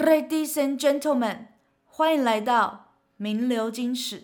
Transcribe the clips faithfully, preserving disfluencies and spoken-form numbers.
Ladies and gentlemen， 欢迎来到名流金史。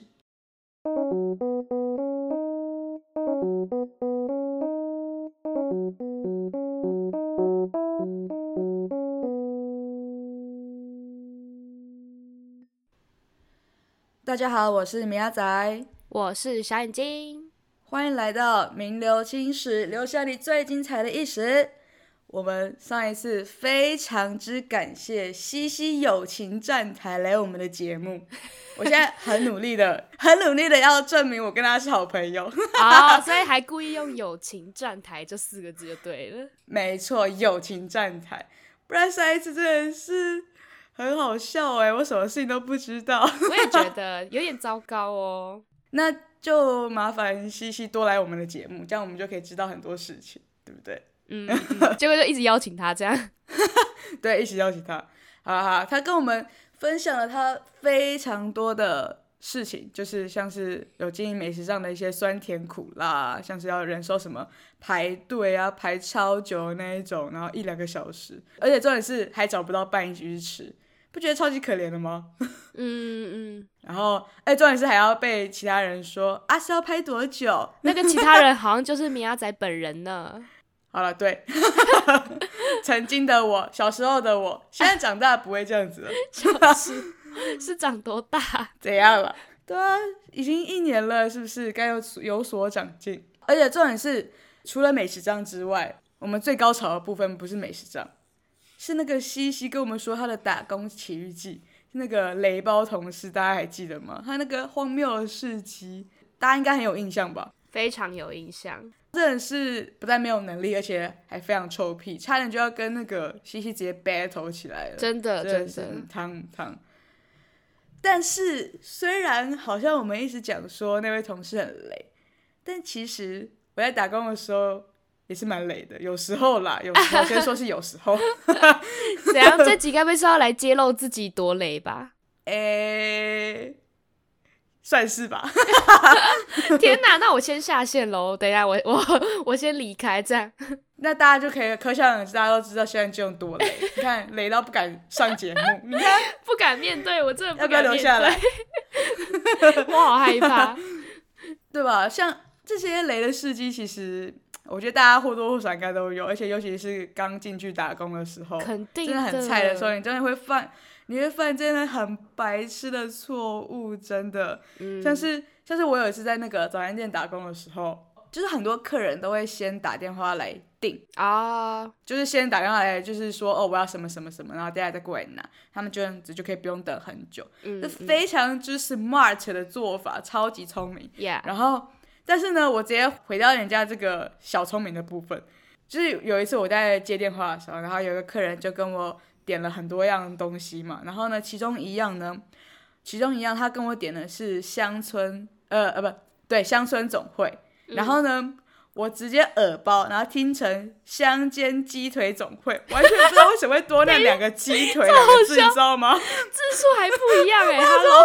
大家好，我是米亚仔， 我是小眼睛， 欢迎来到名流青史，留下你最精彩的一时。我们上一次非常之感谢西西友情站台来我们的节目，我现在很努力的很努力的要证明我跟他是好朋友哦，所以还故意用友情站台这四个字就对了。 没错，友情站台，不然上一次真的是很好笑耶，我什么事情都不知道我也觉得有点糟糕哦。 那就麻烦西西多来我们的节目，这样我们就可以知道很多事情，对不对？ 嗯, 嗯结果就一直邀请他这样对，一起邀请他。好好，他跟我们分享了他非常多的事情，就是像是有经营美食上的一些酸甜苦辣，像是要忍受什么排队啊，排超久的那一种，然后一两个小时，而且重点是还找不到伴一起去吃，不觉得超级可怜的吗？ 嗯嗯。 然后哎，重点是还要被其他人说啊是要拍多久， 那个其他人好像就是米亚仔本人呢。 好了，对曾经的我，小时候的我，现在长大不会这样子了小时是长多大？ 怎样了？对啊，已经一年了，是不是该 有, 有所长进？而且重点是，除了美食账之外，我们最高潮的部分不是美食账，是那个西西跟我们说他的打工奇遇记，那个雷包同事，大家还记得吗？他那个荒谬的事迹，大家应该很有印象吧？ 非常有印象， 真的是不但没有能力，而且还非常臭屁，差点就要跟那个西西直接 battle 起来了， 真的真的是很烫很烫。但是虽然好像我们一直讲说那位同事很雷，但其实我在打工的时候也是蛮雷的，有时候啦，有时候先说是有时候。 怎样？这集该不会是要来揭露自己多雷吧？ 诶。算是吧。 天哪，那我先下线咯，等一下我我我先离开这样。 那大家就可以可想而知，大家都知道现在就用多雷，你看雷到不敢上节目，你看不敢面对，我真的不敢面对，要不要留下来？ 我好害怕， 对吧？像这些雷的事迹，其实我觉得大家或多或少应该都有，而且尤其是刚进去打工的时候， 肯定的真的很菜的时候，你真的会犯，你会犯真的很白痴的错误，真的，嗯、像是像是我有一次在那个早餐店打工的时候，就是很多客人都会先打电话来订啊， 就是先打电话来，就是说哦我要什么什么什么，然后大家再过来拿，他们这样子就可以不用等很久，嗯，这非常就是 smart 的做法，超级聪明， yeah. 然后但是呢，我直接回到人家这个小聪明的部分，就是有一次我在接电话的时候，然后有一个客人就跟我点了很多样东西嘛，然后呢，其中一样呢，其中一样他跟我点的是乡村，呃呃不对，乡村总会，然后呢，嗯、我直接耳包，然后听成乡间鸡腿总会，完全不知道为什么会多那两个鸡腿两个字，你知道吗？ 字数还不一样哎、欸、，Hello，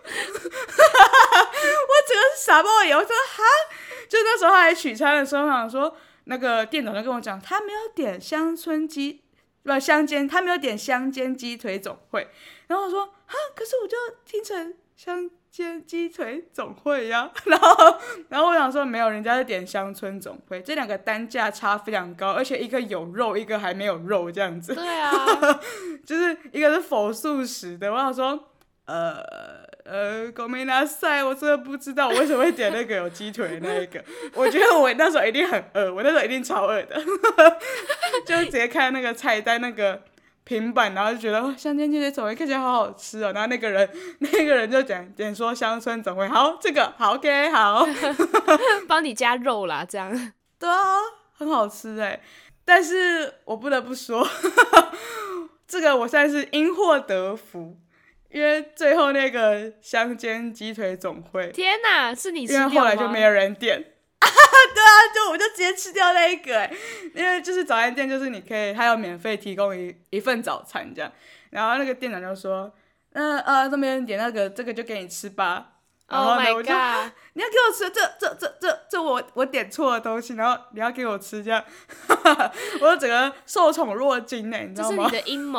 我整个傻爆眼，我说哈，就那时候他来取餐的时候，我想说那个店长就跟我讲，他没有点乡村鸡。不乡间，他没有点乡间鸡腿总会，然后我说哈，可是我就听成乡间鸡腿总会呀，然后然后我想说没有，人家是点乡村总会，这两个单价差非常高，而且一个有肉，一个还没有肉这样子。 对啊， 就是一个是否素食的，我想说呃呃，狗没拿赛，我真的不知道我为什么会点那个有鸡腿的那一个。我觉得我那时候一定很饿，我那时候一定超饿的，就直接看那个菜单那个平板，然后就觉得哇，乡间鸡腿总会看起来好好吃哦。然后那个人那个人就点点说乡村总会，好，这个好 OK 好， 帮你加肉啦，这样。 对啊，很好吃哎。但是我不得不说，这个我算是因祸得福。因为最后那个乡间鸡腿总会， 天哪，是你吃掉吗？ 因为后来就没有人点，对啊，就我就直接吃掉那一个，因为就是早餐店，就是你可以，他要免费提供一一份早餐这样，然后那个店长就说，那呃都没人点那个，这个就给你吃吧。然后呢 Oh my 我就 god 你要给我吃这这这这这我我点错的东西，然后你要给我吃这样，我就整个受宠若惊呢，你知道吗？ 这是你的阴谋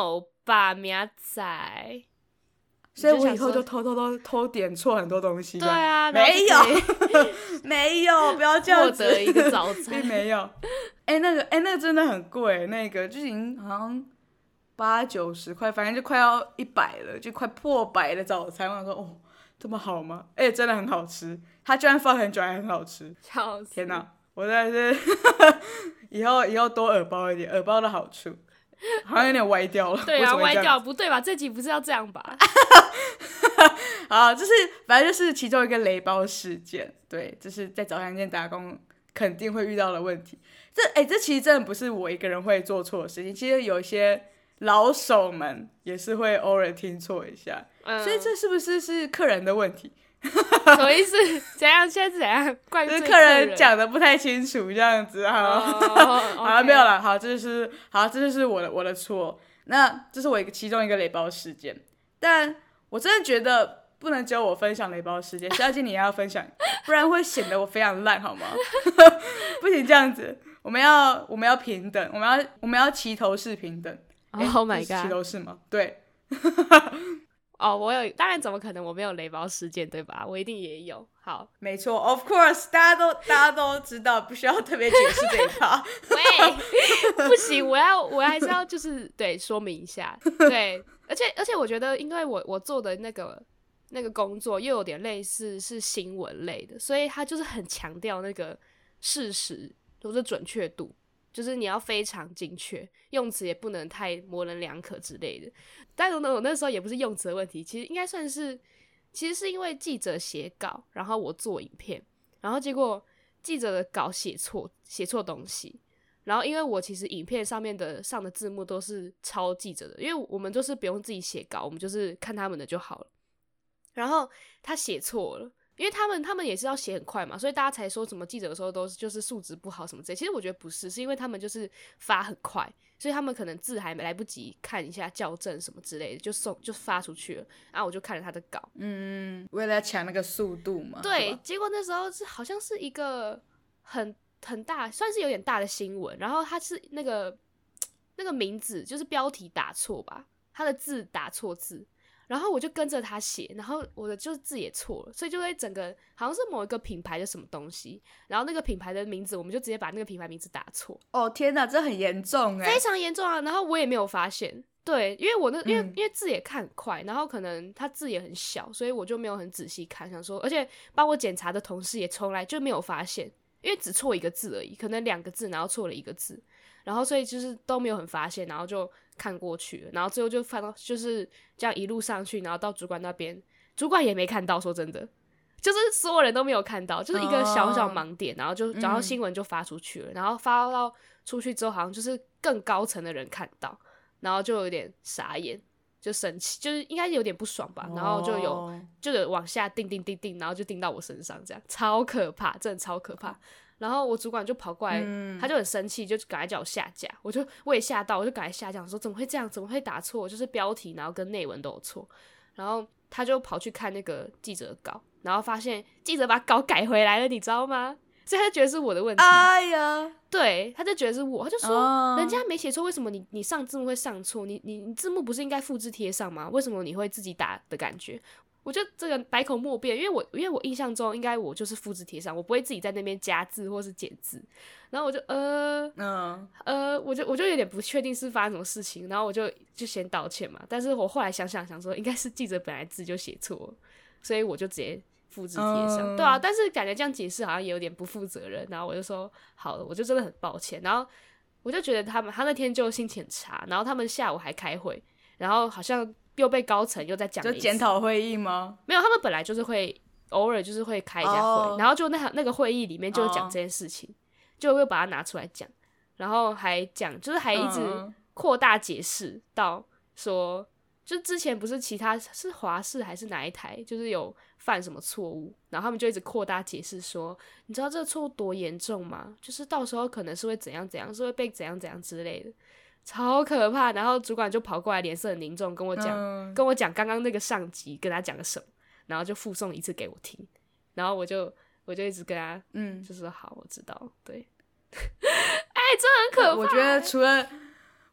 吧，明仔。 所以我以后就偷偷偷偷点错很多东西。 对啊， 没有没有，不要这样子。 获得一个早餐， 并没有。哎、欸，那个哎、欸，那个真的很贵，那个就已经好像八九十块，反正就快要一百了，就快破百的早餐。我想说，哦，这么好吗？哎、欸，真的很好吃，它居然放很久还很好吃。 笑死！ 天哪，我真的是以后以后多耳包一点，耳包的好处。好像有点歪掉了。 对啊，歪掉不对吧？这集不是要这样吧？ 好，这是反正就是其中一个雷包事件。对，这是在早餐店打工肯定会遇到的问题。这哎、欸，这其实真的不是我一个人会做错的事情，其实有一些老手们也是会偶尔听错一下、嗯，所以这是不是是客人的问题？ 什么意思？怎样？现在是怎样？怪罪客人？客人讲的不太清楚，这样子好，哦、好了，没有了。好，这就是好，这就是我的我的错。那这是我一个其中一个雷包事件，但我真的觉得不能只有我分享雷包事件，小姐你也要分享，不然会显得我非常烂，好吗？不行，这样子，我们要我们要平等，我们要我们要齐头式平等。 Oh my god， 齐头式吗？对。 哦，我有，当然怎么可能我没有雷包事件对吧？我一定也有。好， 没错 ，of course， 大家都大家都知道，不需要特别解释这一趴。 喂，不行，我要我还是要就是对说明一下，对，而且而且我觉得，因为我我做的那个那个工作又有点类似是新闻类的，所以他就是很强调那个事实或者准确度。就是你要非常精确，用词也不能太模棱两可之类的。但是呢，我那时候也不是用词的问题，其实应该算是，其实是因为记者写稿，然后我做影片，然后结果记者的稿写错，写错东西。然后因为我其实影片上面的上的字幕都是抄记者的，因为我们就是不用自己写稿，我们就是看他们的就好了。然后他写错了。因为他们他们也是要写很快嘛，所以大家才说什么记者的时候都是就是素质不好什么之类。其实我觉得不是，是因为他们就是发很快，所以他们可能字还来不及看一下校正什么之类的，就送就发出去了。然后我就看了他的稿， 嗯，为了要抢那个速度嘛。 对，结果那时候是好像是一个很很大，算是有点大的新闻。然后他是那个那个名字就是标题打错吧，他的字打错字。然后我就跟着他写，然后我的就是字也错了，所以就会整个好像是某一个品牌的什么东西，然后那个品牌的名字我们就直接把那个品牌名字打错。 哦天哪，这很严重耶， 非常严重啊！然后我也没有发现，对，因为我那因为、嗯、因为字也看很快，然后可能他字也很小，所以我就没有很仔细看，想说，而且帮我检查的同事也从来就没有发现，因为只错一个字而已，可能两个字，然后错了一个字，然后所以就是都没有很发现，然后就看过去了，然后最后就翻到就是这样一路上去，然后到主管那边，主管也没看到，说真的，就是所有人都没有看到，就是一个小小盲点，然后就然后新闻就发出去了，然后发到出去之后，好像就是更高层的人看到，然后就有点傻眼，就生气，就是应该有点不爽吧，然后就有就有往下钉钉钉钉，然后就钉到我身上，这样超可怕，真的超可怕。然后我主管就跑过来、嗯、他就很生气，就赶快叫我下架，我就我也吓到，我就赶快下架，说怎么会这样，怎么会打错，就是标题然后跟内文都有错。然后他就跑去看那个记者的稿，然后发现记者把稿改回来了，你知道吗？所以他就觉得是我的问题。 哎呀， 对，他就觉得是我，他就说、哦、人家没写错，为什么你你上字幕会上错？你你你字幕不是应该复制贴上吗？为什么你会自己打的感觉？我就这个百口莫辩，因为我因为我印象中应该我就是复制贴上，我不会自己在那边加字或是减字，然后我就呃嗯呃，我就我就有点不确定是发生什么事情，然后我就就先道歉嘛，但是我后来想想想说，应该是记者本来字就写错了，所以我就直接复制贴上，嗯、对啊，但是感觉这样解释好像也有点不负责任，然后我就说好了，我就真的很抱歉，然后我就觉得他们他那天就心情很差，然后他们下午还开会，然后好像又被高层又在讲了一次， 就检讨会议吗？ 没有，他们本来就是会偶尔就是会开一下会， oh. 然后就那那个会议里面就讲这件事情， oh. 就又把它拿出来讲，然后还讲就是还一直扩大解释到说，就之前不是其他是华视还是哪一台，就是有犯什么错误，然后他们就一直扩大解释说，你知道这个错误多严重吗？就是到时候可能是会怎样怎样，是会被怎样怎样之类的。超可怕，然后主管就跑过来，脸色很凝重，跟我讲，嗯、跟我讲刚刚那个上级跟他讲了什么，然后就附送一次给我听，然后我就我就一直跟他，嗯，就说好，我知道，对，哎，这很可怕。 我觉得除了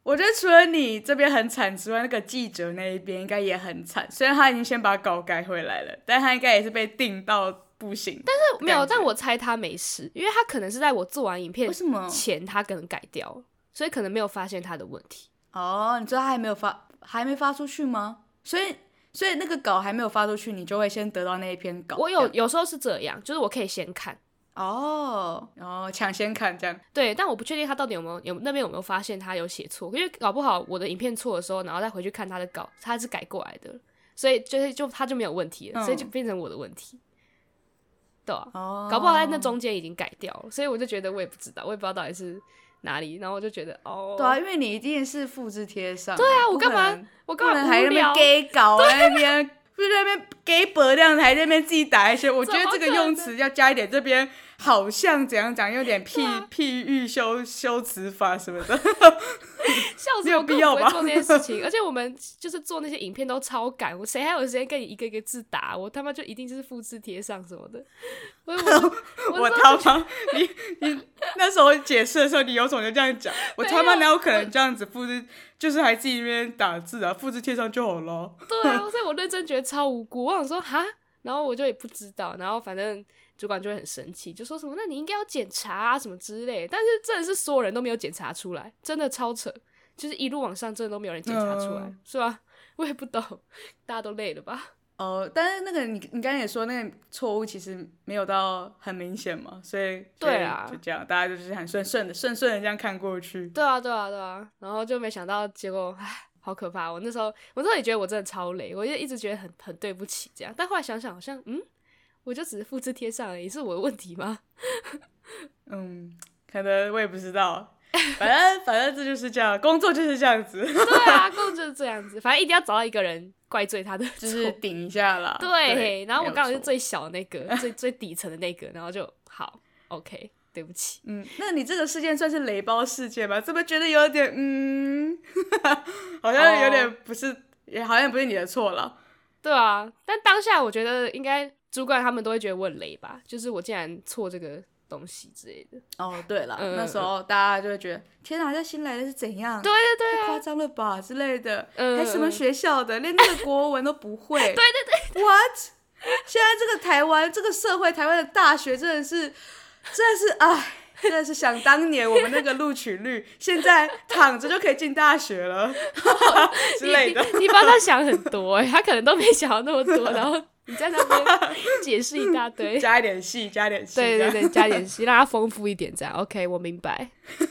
我觉得除了你这边很惨之外，那个记者那一边应该也很惨。虽然他已经先把稿改回来了，但他应该也是被定到不行。 但是没有，但我猜他没事，因为他可能是在我做完影片前，他可能改掉了，所以可能没有发现他的问题。 哦，你知道他还没有发，还没发出去吗？所以，所以那个稿还没有发出去，你就会先得到那一篇稿。 我有有时候是这样，就是我可以先看。 哦，然后抢先看这样。 对，但我不确定他到底有没有有那边有没有发现他有写错，因为搞不好我的影片错的时候，然后再回去看他的稿，他是改过来的，所以就是就他就没有问题了，嗯、所以就变成我的问题。对啊，哦、搞不好在那中间已经改掉了，所以我就觉得我也不知道，我也不知道到底是哪里，然后我就觉得哦， 对啊，因为你一定是复制贴上。 对啊，我干嘛我干嘛还在那边给稿啊那边。就在那边给薄这样子，还在那边自己打一些，我觉得这个用词要加一点，这边好像怎样讲，有点譬譬喻修修辞法什么的， 笑死我根本不会做那些事情，而且我们就是做那些影片都超赶，我谁还有时间跟你一个一个字打？我他妈就一定就是复制贴上什么的。我我, 我他妈，你你那时候解释的时候，你有种就这样讲，我他妈哪有可能这样子复制？就是还自己那边打字啊，复制贴上就好了。 对啊，所以我认真觉得超无辜。我想说哈，然后我就也不知道，然后反正主管就会很生气，就说什么那你应该要检查啊什么之类的。但是真的是所有人都没有检查出来，真的超扯，就是一路往上真的都没有人检查出来，嗯、是吧？我也不懂，大家都累了吧？ 哦，但是那个你你刚才也说那个错误其实没有到很明显嘛，所以对啊， 就这样，大家就是很顺顺的顺顺的这样看过去。 对啊，对啊，对啊，然后就没想到结果，唉，好可怕！我那时候我那时候也觉得我真的超累，我就一直觉得很很对不起这样，但后来想想好像嗯，我就只是复制贴上而已，是我的问题吗？ 嗯，可能我也不知道。反正反正这就是这样，工作就是这样子。 对啊，工作就是这样子，反正一定要找到一个人怪罪他的， 就是顶一下啦。 对，对然后我刚好是最小的那个，最最底层的那个，然后就好 ，OK， 对不起。 嗯，那你这个事件算是雷包事件吧？怎么觉得有点嗯，好像有点不是，也、oh. 好像不是你的错了。 对啊，但当下我觉得应该主管他们都会觉得我很雷吧，就是我竟然错这个东西之类的。 哦，对了、嗯，那时候大家就会觉得，天哪，这新来的是怎样？ 对对对、啊， 太夸张了吧之类的， 嗯、 还什么学校的，连那个国文都不会。 对对对 ，What？ 现在这个台湾这个社会，台湾的大学真的是，真的是，哎，真的是想当年我们那个录取率，现在躺着就可以进大学了之类的。 你, 你, 你帮他想很多哎、欸，他可能都没想到那么多，然后。你在那边解释一大堆， 加一点戏，加点戏， 对对对，加点戏，让它丰富一点，这样 OK， 我明白。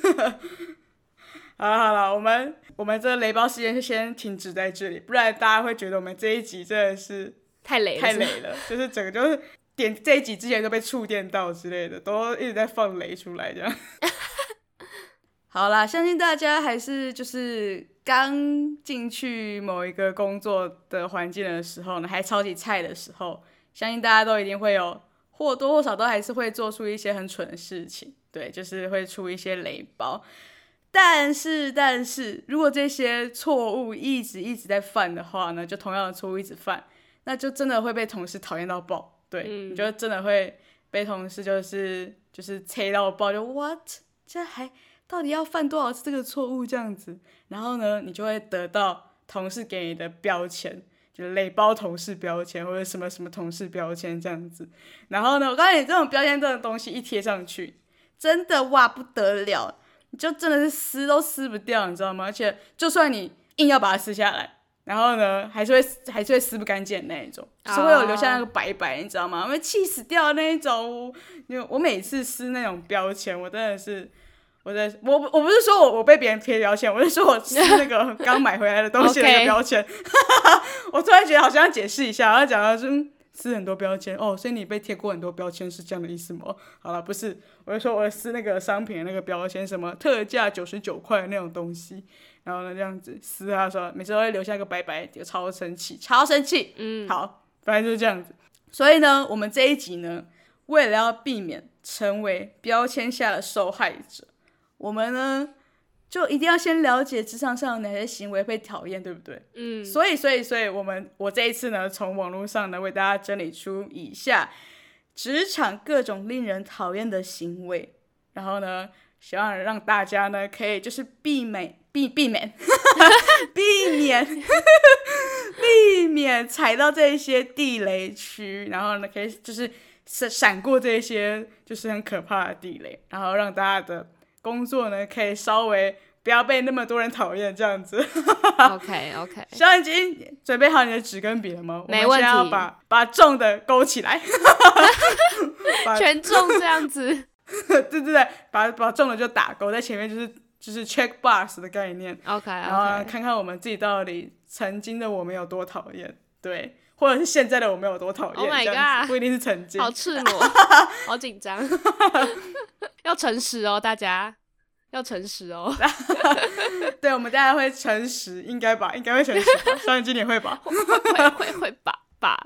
好了好了，我们我们这个雷包事件就先停止在这里，不然大家会觉得我们这一集真的是太雷了， 太雷了，就是整个就是点这一集之前都被触电到之类的，都一直在放雷出来这样。好啦，相信大家还是就是刚进去某一个工作的环境的时候呢，还超级菜的时候，相信大家都一定会有或多或少都还是会做出一些很蠢的事情，对，就是会出一些雷包。但是但是如果这些错误一直一直在犯的话呢，就同样的错误一直犯，那就真的会被同事讨厌到爆，对、嗯、你就真的会被同事就是就是催到爆，就 what 这还到底要犯多少次这个错误这样子，然后呢你就会得到同事给你的标签，就是雷包同事标签或者什么什么同事标签这样子。然后呢我告诉你，这种标签这种东西一贴上去真的哇不得了，你就真的是撕都撕不掉，你知道吗？而且就算你硬要把它撕下来，然后呢还是会还是会撕不干净的那一种，就是会有留下那个白白，你知道吗？我会气死掉的那一种。我每次撕那种标签，我真的是我在我我不是说我我被别人贴标签，我是说我撕那个刚买回来的东西的那个标签。我突然觉得好像要解释一下，然后讲到是撕很多标签哦，所以你被贴过很多标签是这样的意思吗？好了，不是，我就说我撕那个商品的那个标签，什么特价九十九块那种东西，然后呢这样子撕它的时候，每次都会留下一个白白的，超生气，超生气。嗯，好，反正就是这样子。所以呢，我们这一集呢，为了要避免成为标签下的受害者，我们呢就一定要先了解职场上有哪些行为被讨厌，对不对？嗯，所以所以所以我们我这一次呢，从网络上呢为大家整理出以下职场各种令人讨厌的行为，然后呢，希望让大家呢可以就是避免避避免避免避免踩到这些地雷区，然后呢可以就是闪过这些就是很可怕的地雷，然后让大家的工作呢可以稍微不要被那么多人讨厌这样子。 OK OK， 小眼睛准备好你的纸跟笔了吗？ 没问题， 我们现在要把把重的勾起来。 全重这样子。 对对对，把把重的就打勾在前面，就是就是 check box 的概念。 OK OK， 然后看看我们自己到底曾经的我们有多讨厌，对，或者是现在的我们有多讨厌。 Oh my god， 不一定是曾经。 好赤裸，好紧张。要诚实哦，大家要诚实哦。 对，我们大家会诚实，应该吧？应该会诚实吧？小眼睛你会吧？ 会会会会吧吧。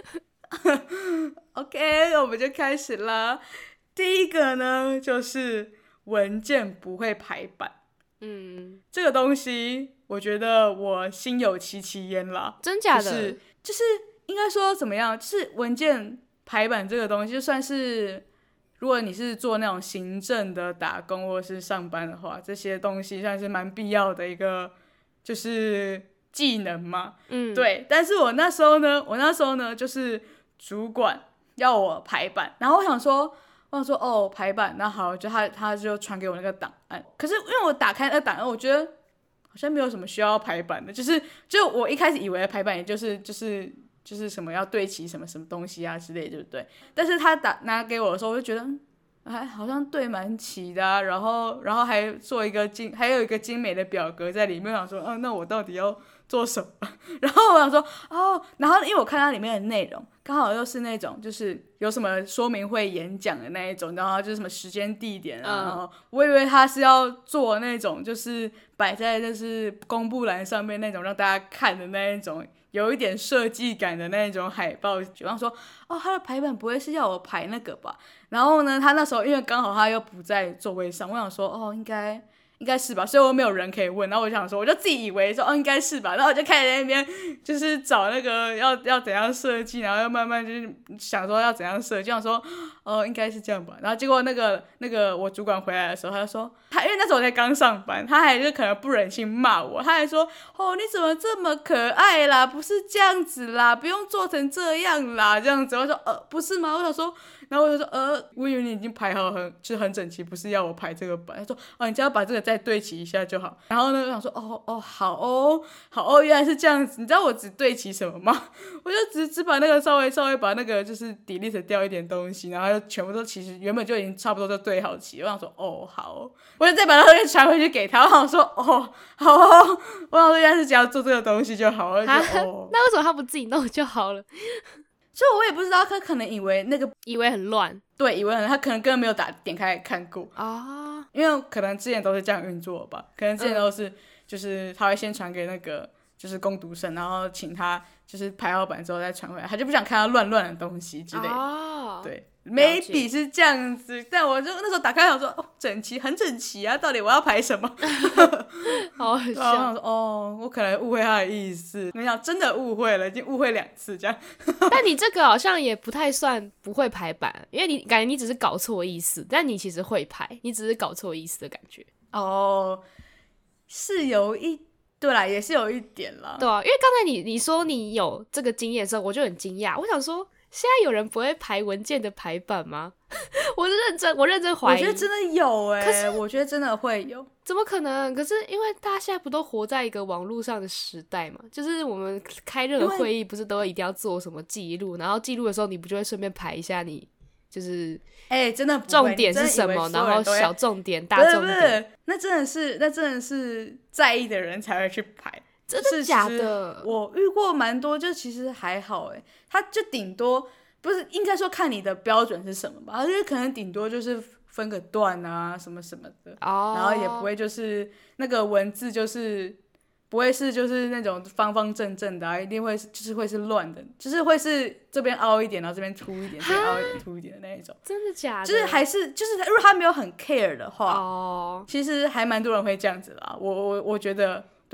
OK， 我们就开始了。第一个呢，就是文件不会排版。嗯，这个东西我觉得我心有戚戚焉啦。 真假的？ 就是就是应该说怎么样？就是文件排版这个东西，就算是如果你是做那种行政的打工或者是上班的话，这些东西算是蛮必要的一个就是技能嘛。嗯，对。但是我那时候呢，我那时候呢，就是主管要我排版，然后我想说。我想说哦排版，那好，就他他就传给我那个档案。可是因为我打开那个档案，我觉得好像没有什么需要排版的，就是就我一开始以为的排版也就是就是就是什么要对齐什么什么东西啊之类的，对不对？但是他打拿给我的时候，我就觉得哎好像对蛮齐的、啊，然后然后还做一个精还有一个精美的表格在里面，我想说嗯、啊、那我到底要做什么？然后我想说哦，然后因为我看它里面的内容。刚好又是那种就是有什么说明会演讲的那一种，然后就是什么时间地点啊、嗯，然后我以为他是要做那种就是摆在就是公布栏上面那种让大家看的那一种有一点设计感的那一种海报，比方说哦他的排版不会是要我排那个吧？然后呢他那时候因为刚好他又不在座位上，我想说哦应该应该是吧，所以我没有人可以问，然后我就想说我就自己以为说哦应该是吧，然后我就开始在那边就是找那个要要怎样设计，然后又慢慢就是想说要怎样设计，想说哦应该是这样吧，然后结果那个那个我主管回来的时候，他就说他因为那时候我才刚上班，他还就可能不忍心骂我，他还说哦你怎么这么可爱啦，不是这样子啦，不用做成这样啦，这样子，我说呃不是吗？我想说。然后我就说，呃，我以为你已经排好很，就是很整齐，不是要我排这个版。他说，哦，你只要把这个再对齐一下就好。然后呢，我想说，哦哦，好哦，好哦，原来是这样子。你知道我只对齐什么吗？我就只只把那个稍微稍微把那个就是 delete 掉一点东西，然后就全部都其实原本就已经差不多都对好齐。我想说，哦，好哦，我就再把那东西传回去给他。我想说，哦，好哦，我想说原来是只要做这个东西就好了。就哦， 那为什么他不自己弄就好了？ 所以我也不知道，他可能以为那个以为很乱， 对，以为很乱，他可能根本没有打点开看过啊， oh. 因为可能之前都是这样运作吧，可能之前都是、嗯、就是他会先传给那个就是工读生，然后请他就是排好版之后再传回来，他就不想看到乱乱的东西之类的， oh. 对。maybe 是这样子，但我就那时候打开想说，哦，整齐，很整齐啊，到底我要排什么？ 好好笑。 然后我说，哦，我可能误会他的意思，没想到真的误会了，已经误会两次这样。 但你这个好像也不太算不会排版，因为你感觉你只是搞错意思，但你其实会排，你只是搞错意思的感觉。 哦，是有一。对啦，也是有一点啦。 对啊，因为刚才你你说你有这个经验的时候，我就很惊讶，我想说。现在有人不会排文件的排版吗？我认真，我认真怀疑。 我觉得真的有哎、欸， 可是我觉得真的会有。 怎么可能？可是因为大家现在不都活在一个网络上的时代嘛，就是我们开任何会议不是都一定要做什么记录，然后记录的时候你不就会顺便排一下你就是哎、欸，真的重点是什么，然后小重点、大重点。 不是不是，那真的是那真的是在意的人才会去排。 真的假的？ 我遇过蛮多，就其实还好哎，他就顶多不是应该说看你的标准是什么吧，就是可能顶多就是分个段啊什么什么的， oh. 然后也不会就是那个文字就是不会是就是那种方方正正的啊，一定会就是会是乱的，就是会是这边凹一点，然后这边凸一点，这边凹一点凸一点的那一种。真的假的？ 就是还是就是如果他没有很 care 的话， 哦， oh. 其实还蛮多人会这样子啦。我我我觉得对。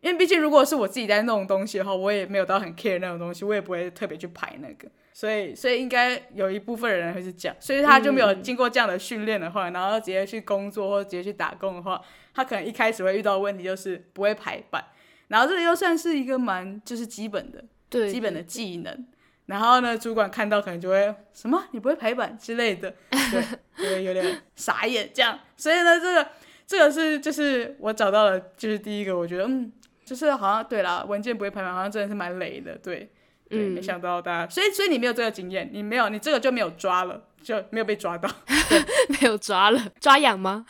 因为毕竟如果是我自己在弄东西的话，我也没有到很 care 那种东西，我也不会特别去排那个，所以所以应该有一部分人会是这样，所以他就没有经过这样的训练的话、嗯、然后直接去工作或者直接去打工的话，他可能一开始会遇到的问题就是不会排版，然后这个又算是一个蛮就是基本的对基本的技能，然后呢主管看到可能就会什么你不会排版之类的，对，就会有点傻眼这样，所以呢这个这个是就是我找到了就是第一个我觉得嗯就是好像对啦文件不会排版好像真的是蛮雷的，对对、嗯、没想到大家所以所以你没有这个经验，你没有你这个就没有抓了，就没有被抓到没有抓了，抓痒吗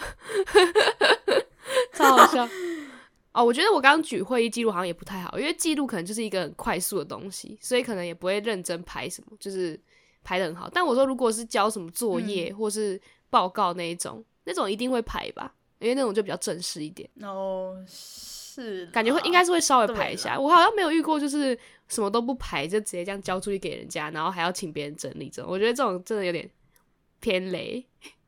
超好笑哦，我觉得我刚刚举会议记录好像也不太好，因为记录可能就是一个很快速的东西，所以可能也不会认真排什么，就是排得很好。但我说如果是交什么作业、嗯、或是报告那一种，那种一定会排吧，因为那种就比较正式一点。 哦，是， 感觉会应该是会稍微排一下。我好像没有遇过就是什么都不排就直接这样交出去给人家，然后还要请别人整理这种。我觉得这种真的有点偏雷。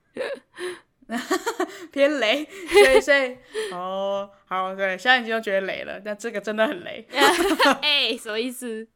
偏雷，所以所以哦，好，对，现在已经都觉得雷了，但这个真的很雷。 哎、欸，什么意思？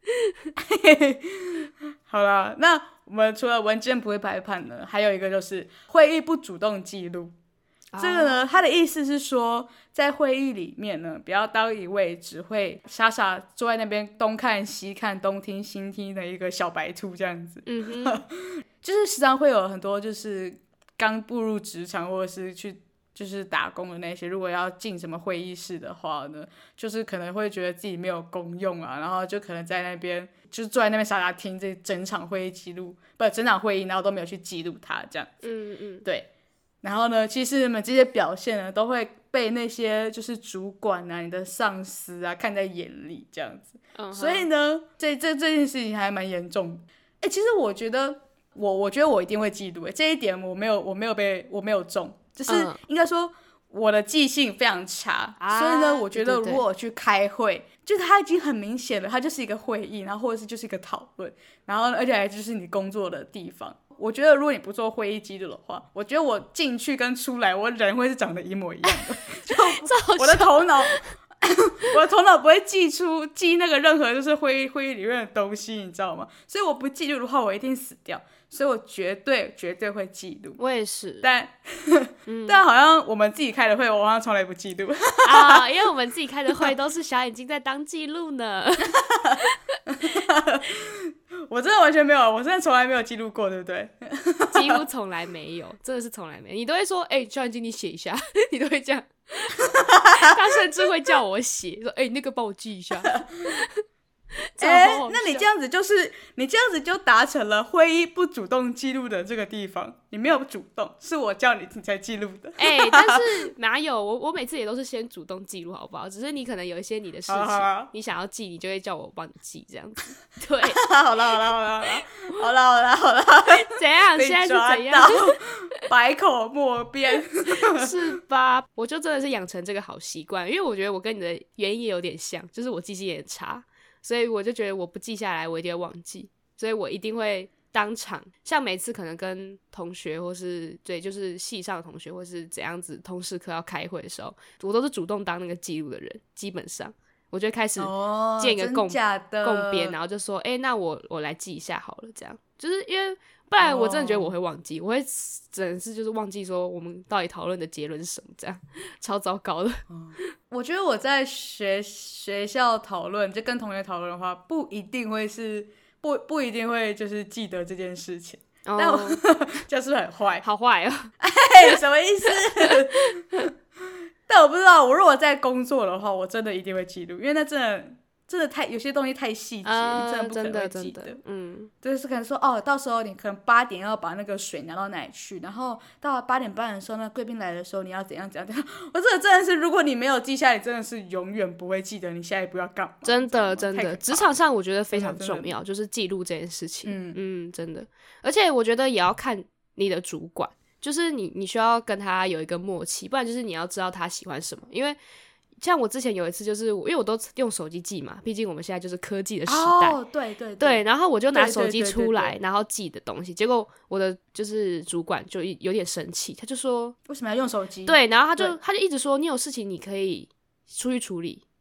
好啦，那我们除了文件不会排版呢，还有一个就是会议不主动记录。这个呢，他的意思是说，在会议里面呢，不要当一位只会傻傻坐在那边东看西看、东听西听的一个小白兔这样子。嗯哼，就是时常会有很多就是刚步入职场或者是去就是打工的那些，如果要进什么会议室的话呢，就是可能会觉得自己没有功用啊，然后就可能在那边就是坐在那边傻傻听这整场会议记录，不整场会议，然后都没有去记录它这样子。嗯嗯，对。然后呢，其实你们这些表现呢，都会被那些就是主管啊、你的上司啊看在眼里这样子。Uh-huh. 所以呢，这这这件事情还蛮严重的。哎，其实我觉得我我觉得我一定会记录，这一点我没有我没有被我没有中，就是应该说我的记性非常差，啊、所以呢，我觉得如果我去开会，对对对，就是它已经很明显了，它就是一个会议，然后或者是就是一个讨论，然后而且还就是你工作的地方。我觉得如果你不做会议记录的话，我觉得我进去跟出来，我人会是长得一模一样的，就我的头脑，我的头脑不会记出记那个任何就是会议会议里面的东西，你知道吗？所以我不记录的话，我一定死掉。所以我绝对绝对会记录。 我也是， 但、嗯、但好像我们自己开的会，我好像从来不记录啊，因为我们自己开的会都是小眼睛在当记录呢。 我真的完全没有，我真的从来没有记录过，对不对？ 几乎从来没有，真的是从来没有。你都会说，哎、欸，小眼睛你写一下，你都会这样。他甚至会叫我写，说，哎、欸，那个帮我记一下。 哎、欸，那你这样子就是你这样子就达成了会议不主动记录的这个地方，你没有主动，是我叫你你才记录的。 哎、欸，但是哪有我我每次也都是先主动记录，好不好？只是你可能有一些你的事情，啊、你想要记，你就会叫我帮你记这样子。对， 好了好了好了好了好了好了， 怎样？现在是怎样？ 百口莫辩， 是吧？我就真的是养成这个好习惯，因为我觉得我跟你的原因也有点像，就是我记性也很差。所以我就觉得我不记下来我一定会忘记，所以我一定会当场，像每次可能跟同学或是对就是系上的同学或是怎样子通识课要开会的时候，我都是主动当那个记录的人，基本上我就开始建一个共、哦、共编，然后就说哎、欸，那我我来记一下好了，这样就是因为不然我真的觉得我会忘记、哦、我会整次就是忘记说我们到底讨论的结论是什么，这样超糟糕的、哦、 我觉得我在学学校讨论就跟同学讨论的话不一定会是不不一定会就是记得这件事情、哦、但我就是很坏， 好坏哦哎，什么意思但我不知道，我如果在工作的话我真的一定会记录，因为那真的真的太有些东西太细节、呃，你真的不可能会记得。嗯，就是可能说哦，到时候你可能八点要把那个水拿到哪里去，然后到八点半的时候，那贵宾来的时候你要怎样怎样怎样。我这个真的是，如果你没有记下来，真的是永远不会记得你下一步要干嘛。 真的真的，职场上我觉得非常重要，就是记录这件事情。嗯嗯，真的，而且我觉得也要看你的主管，就是你你需要跟他有一个默契，不然就是你要知道他喜欢什么，因为。像我之前有一次就是因为我都用手机记嘛，毕竟我们现在就是科技的时代。 哦，对对 对, 对，然后我就拿手机出来然后记的东西，结果我的就是主管就有点生气，他就说为什么要用手机？ 对，然后他就他就一直说你有事情你可以出去处理，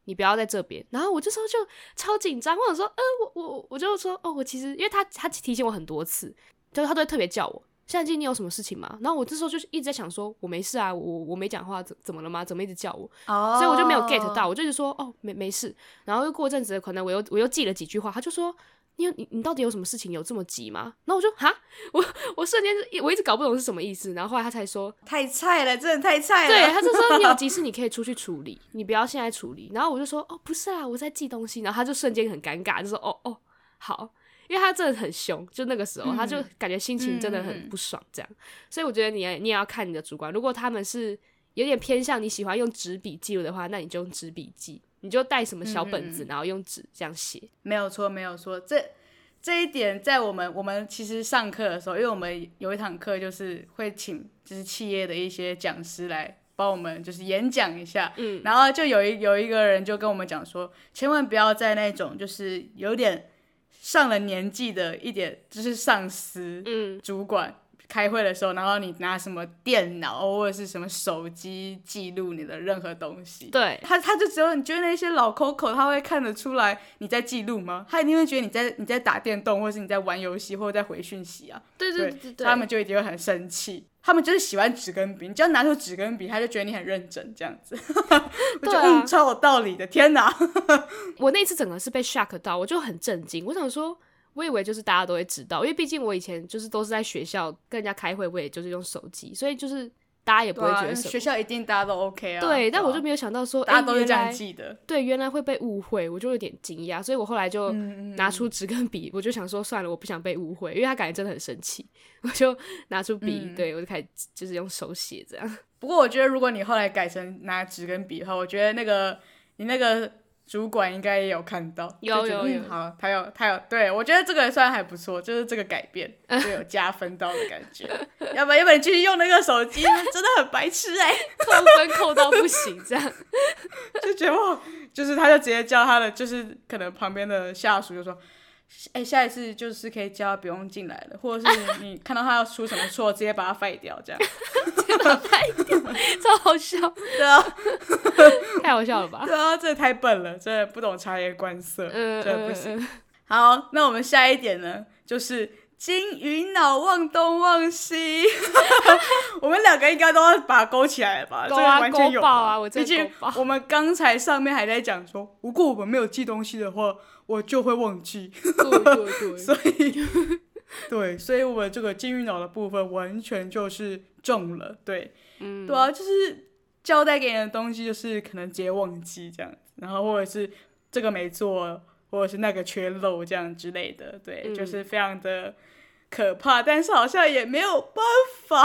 你不要在这边。然后我这时候就超紧张，我想说，呃，我我我就说，哦，我其实因为他他提醒我很多次，就是他都会特别叫我，夏季你有什么事情吗？然后我这时候就一直在想说，我没事啊，我我没讲话，怎怎么了吗？怎么一直叫我？哦、所以我就没有 get 到，我就一直说，哦，没没事。然后又过阵子，可能我又我又记了几句话，他就说。你你你到底有什么事情有这么急吗？然后我就哈，我我瞬间我一直搞不懂是什么意思。然后后来他才说太菜了，真的太菜了。 对，他就说你有急事你可以出去处理，你不要现在处理。然后我就说哦不是啊，我在寄东西。然后他就瞬间很尴尬，就说哦哦好，因为他真的很凶，就那个时候、嗯、他就感觉心情真的很不爽这样。嗯、所以我觉得你也你也要看你的主管，如果他们是有点偏向你喜欢用纸笔记录的话，那你就用纸笔记。你就带什么小本子、嗯、然后用纸这样写。 没有错没有错，这这一点在我们我们其实上课的时候，因为我们有一堂课就是会请就是企业的一些讲师来帮我们就是演讲一下，嗯，然后就有一有一个人就跟我们讲说，千万不要在那种就是有点上了年纪的一点就是上司、嗯，主管开会的时候，然后你拿什么电脑或者是什么手机记录你的任何东西， 对， 他他就只有你觉得那些老 Coco 他会看得出来你在记录吗？他一定会觉得你在你在打电动，或者是你在玩游戏，或者在回讯息啊。 对对对 对, 对， 他们就一定会很生气。他们就是喜欢纸跟笔，你只要拿出纸跟笔，他就觉得你很认真这样子。我觉得、啊、嗯，超有道理的，天哪！ 我那次整个是被 shock 到，我就很震惊。我想说。我以为就是大家都会知道，因为毕竟我以前就是都是在学校跟人家开会，我也就是用手机，所以就是大家也不会觉得什么、啊、 学校一定大家都 OK 啊。 对，但我就没有想到说， 大家都是这样记的。 对，原来会被误会，我就有点惊讶，所以我后来就拿出纸跟笔、嗯，我就想说算了，我不想被误会，因为他感觉真的很生气，我就拿出笔、嗯，对我就开始就是用手写这样。 不过我觉得如果你后来改成拿纸跟笔的话，我觉得那个你那个。主管应该也有看到， 有有有， 嗯、好，他有他有，对我觉得这个算还不错，就是这个改变就有加分到的感觉。要不然要不然你继续用那个手机，真的很白痴哎、欸， 扣分扣到不行，这样就觉得哇，就是他就直接叫他的，就是可能旁边的下属就说。哎、欸，下一次就是可以叫他不用进来了，或者是你看到他要出什么错，直接把他废掉，这样。 直接把他废掉，超好笑。 对啊， 太好笑了吧？ 对啊，这太笨了，真的不懂察言观色， 嗯、 真的不行、嗯嗯。好，那我们下一点呢，就是金鱼脑忘东忘西。我们两个应该都要把它勾起来了吧？ 勾啊， 这个完全有勾爆啊！我毕竟我们刚才上面还在讲说，如果我们没有记东西的话。我就会忘记， 对对对， 所以对，所以我们这个金鱼脑的部分完全就是中了，对，嗯，对啊，就是交代给你的东西，就是可能直接忘记这样子，然后或者是这个没做，或者是那个缺漏这样之类的，对，嗯、就是非常的可怕，但是好像也没有办法。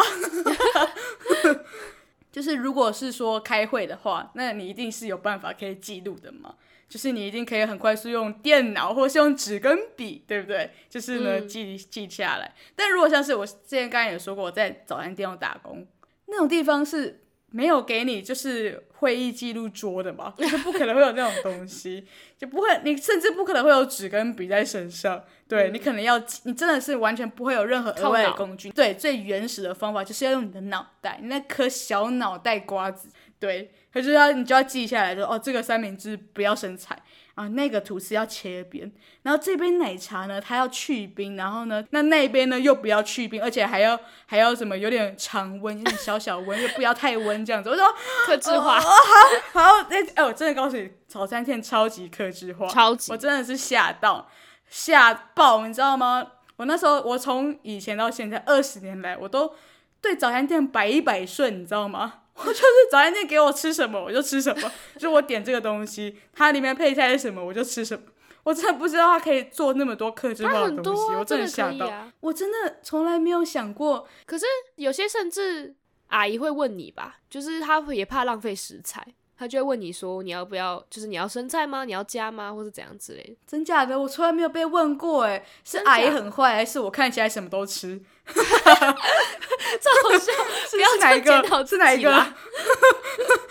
就是如果是说开会的话，那你一定是有办法可以记录的嘛。就是你一定可以很快速用电脑或是用纸跟笔，对不对？就是呢、嗯、记记下来。但如果像是我之前刚才也说过，我在早餐店打工，那种地方是没有给你就是会议记录桌的嘛，就不可能会有那种东西，就不会，你甚至不可能会有纸跟笔在身上。对、嗯、你可能要，你真的是完全不会有任何额外的工具。对，最原始的方法就是要用你的脑袋，你那颗小脑袋瓜子，对。可是要你就要记下来说，哦，这个三明治不要生菜啊，那个吐司要切边，然后这杯奶茶呢，它要去冰，然后呢，那那边呢又不要去冰，而且还要还要什么有点常温，有点小小温，又不要太温这样子。我说客制化， 哦、好好，哎、欸欸，我真的告诉你，早餐店超级客制化， 超级， 我真的是吓到吓爆，你知道吗？我那时候我从以前到现在二十年来，我都对早餐店百依百顺，你知道吗？我就是早餐店给我吃什么我就吃什么，就我点这个东西，它里面配菜是什么我就吃什么。我真的不知道它可以做那么多客制化的东西， 啊、 我真的吓到、 啊， 我真的从来没有想过。 可是有些甚至阿姨会问你吧，就是她也怕浪费食材，她就会问你说你要不要，就是你要生菜吗？你要加吗？或是怎样之类的。 真假的？我从来没有被问过哎，是阿姨很坏，还是我看起来什么都吃？ 这好笑， 是哪一个？是哪一个？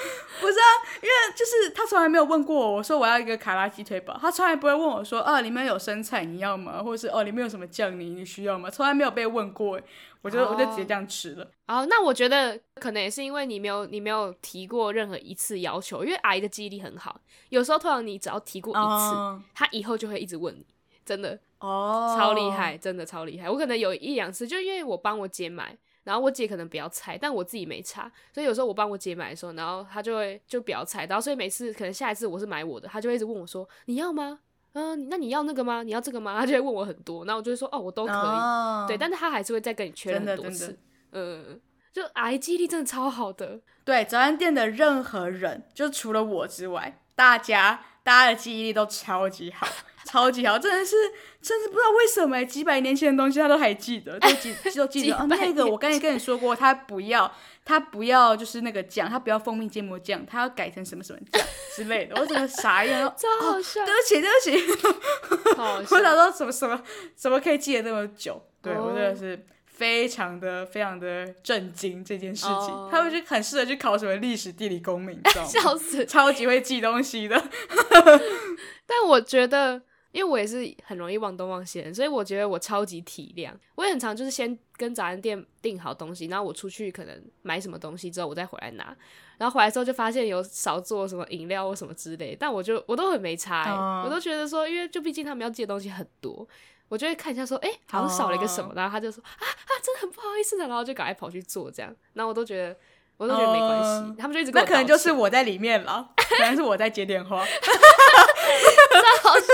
不是啊，因为就是他从来没有问过我，我说我要一个卡拉鸡腿堡，他从来不会问我说啊里面有生菜你要吗，或者是哦里面有什么酱你你需要吗，从来没有被问过，我就、oh. 我就直接这样吃了。 哦，那我觉得可能也是因为你没有你没有提过任何一次要求，因为阿姨的记忆力很好，有时候通常你只要提过一次，她、oh. 以后就会一直问你，真的哦，oh. 超厉害，真的超厉害。我可能有一两次，就因为我帮我姐买。然后我姐可能不要猜，但我自己没查，所以有时候我帮我姐买的时候，然后她就会就不要猜，然后所以每次可能下一次我是买我的，她就会一直问我说你要吗？嗯、呃，那你要那个吗？你要这个吗？她就会问我很多，然后我就会说哦我都可以，哦、对，但是她还是会再跟你确认很多次，嗯，就阿姨记忆力真的超好的。 对，早餐店的任何人，就除了我之外，大家大家的记忆力都超级好。超级好，真的是，真是不知道为什么、欸、几百年前的东西他都还记得，都记都记得、哦、那个我刚才跟你说过，他不要他不要就是那个酱，他不要蜂蜜芥末酱，他要改成什么什么酱之类的，我整个傻眼， 超好笑、哦， 对不起对不起， 好好笑我想说怎么什么怎么可以记得那么久，对、oh. 我真的是非常的非常的震惊这件事情， oh. 他们就很适合去考什么历史地理公民，你知道吗？ 笑死， 超级会记东西的。 但我觉得因为我也是很容易忘东忘西的人，所以我觉得我超级体谅，我也很常就是先跟早餐店订好东西，然后我出去可能买什么东西之后我再回来拿，然后回来之后就发现有少做什么饮料或什么之类，但我就我都很没差、欸 oh. 我都觉得说因为就毕竟他们要寄的东西很多，我就会看一下说哎、欸、好像少了一个什么、oh. 然后他就说啊啊真的很不好意思的，然后就赶快跑去做这样，然后我都觉得我都觉得没关系、uh, 他们就一直跟我道歉， 那可能就是我在里面了可能是我在接电话超好笑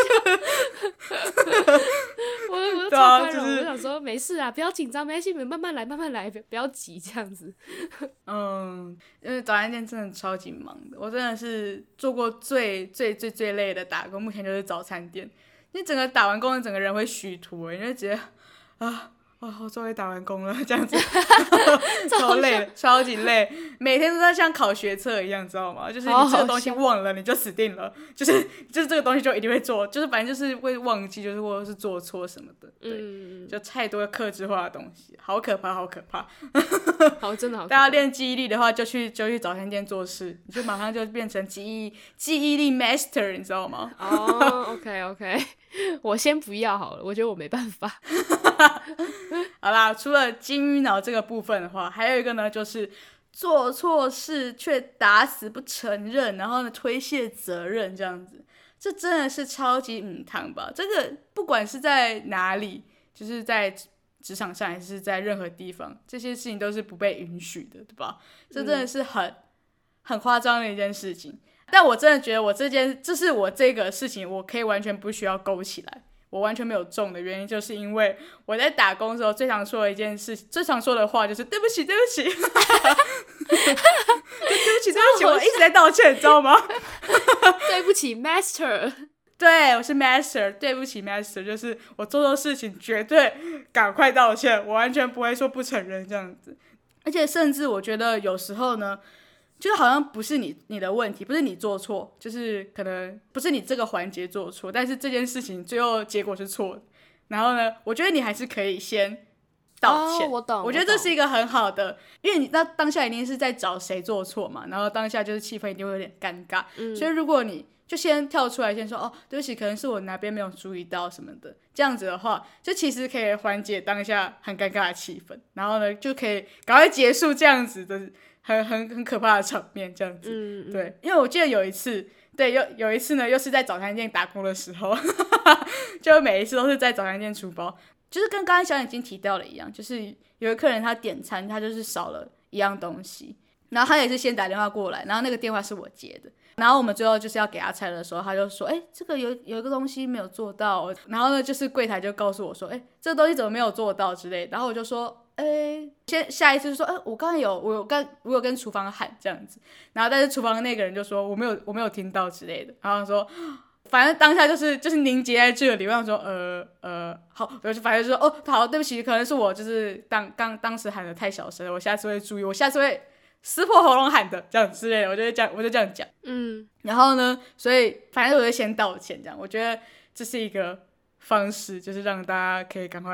我我就超宽容、啊就是、我想说没事啊，不要紧张，没关系，你们慢慢来慢慢来，不要急这样子嗯，因为早餐店真的超级忙的，我真的是做过最最最最累的打工，目前就是早餐店，你整个打完工整个人会虚脱，你就觉得啊哦，我终于打完工了，这样子超累的，超级累，每天都在像考学测一样，知道吗？就是你这个东西忘了你就死定了，就是就是这个东西就一定会做，就是反正就是会忘记，就是或者是做错什么的，对，嗯、就太多客制化的东西，好可怕，好可怕。 好，真的好可怕。 大家练记忆力的话，就去就去早餐店做事，你就马上就变成记忆记忆力 master， 你知道吗？ 哦、oh, ，OK OK， 我先不要好了，我觉得我没办法。 好啦，除了金鱼脑这个部分的话，还有一个呢，就是做错事却打死不承认，然后呢推卸责任这样子，这真的是超级母汤吧？这个不管是在哪里，就是在职场上还是在任何地方，这些事情都是不被允许的，对吧？这真的是很、嗯、很夸张的一件事情。但我真的觉得我这件，这是我这个事情，我可以完全不需要勾起来。我完全没有中的原因，就是因为我在打工的时候最常说的一件事，最常说的话就是对不起对不起对不起对不起，我一直在道歉，你知道吗？ 对不起 master， 对，我是 master， 对不起 master， 就是我做错事情绝对赶快道歉，我完全不会说不承认这样子。而且甚至我觉得有时候呢，就好像不是你你的问题，不是你做错，就是可能不是你这个环节做错，但是这件事情最后结果是错的。然后呢，我觉得你还是可以先道歉。 哦、我懂。 我觉得这是一个很好的，因为你那当下一定是在找谁做错嘛，然后当下就是气氛一定会有点尴尬、嗯。所以如果你就先跳出来，先说哦，对不起，可能是我哪边没有注意到什么的，这样子的话，就其实可以缓解当下很尴尬的气氛，然后呢，就可以赶快结束这样子的。很很很可怕的场面，这样子、嗯嗯，对，因为我记得有一次，对，有有一次呢，又是在早餐店打工的时候，就每一次都是在早餐店出包，就是跟刚才小眼睛提到的一样，就是有一个客人他点餐，他就是少了一样东西，然后他也是先打电话过来，然后那个电话是我接的，然后我们最后就是要给他菜的时候，他就说，哎、欸，这个有有一个东西没有做到，然后呢，就是柜台就告诉我说，哎、欸，这个东西怎么没有做到之类的，然后我就说。哎、欸，先下一次就说，哎、欸，我刚才有，我有跟，我有跟厨房喊这样子，然后但是厨房的那个人就说我没有，我没有听到之类的，然后说，反正当下就是就是凝结在这里，我想说，呃呃，好，我就反正就说，哦，好，对不起，可能是我就是当刚当时喊的太小声了，我下次会注意，我下次会撕破喉咙喊的，这样之类的，我就这样，我就这样讲，嗯，然后呢，所以反正我就先道歉，这样，我觉得这是一个方式，就是让大家可以赶快。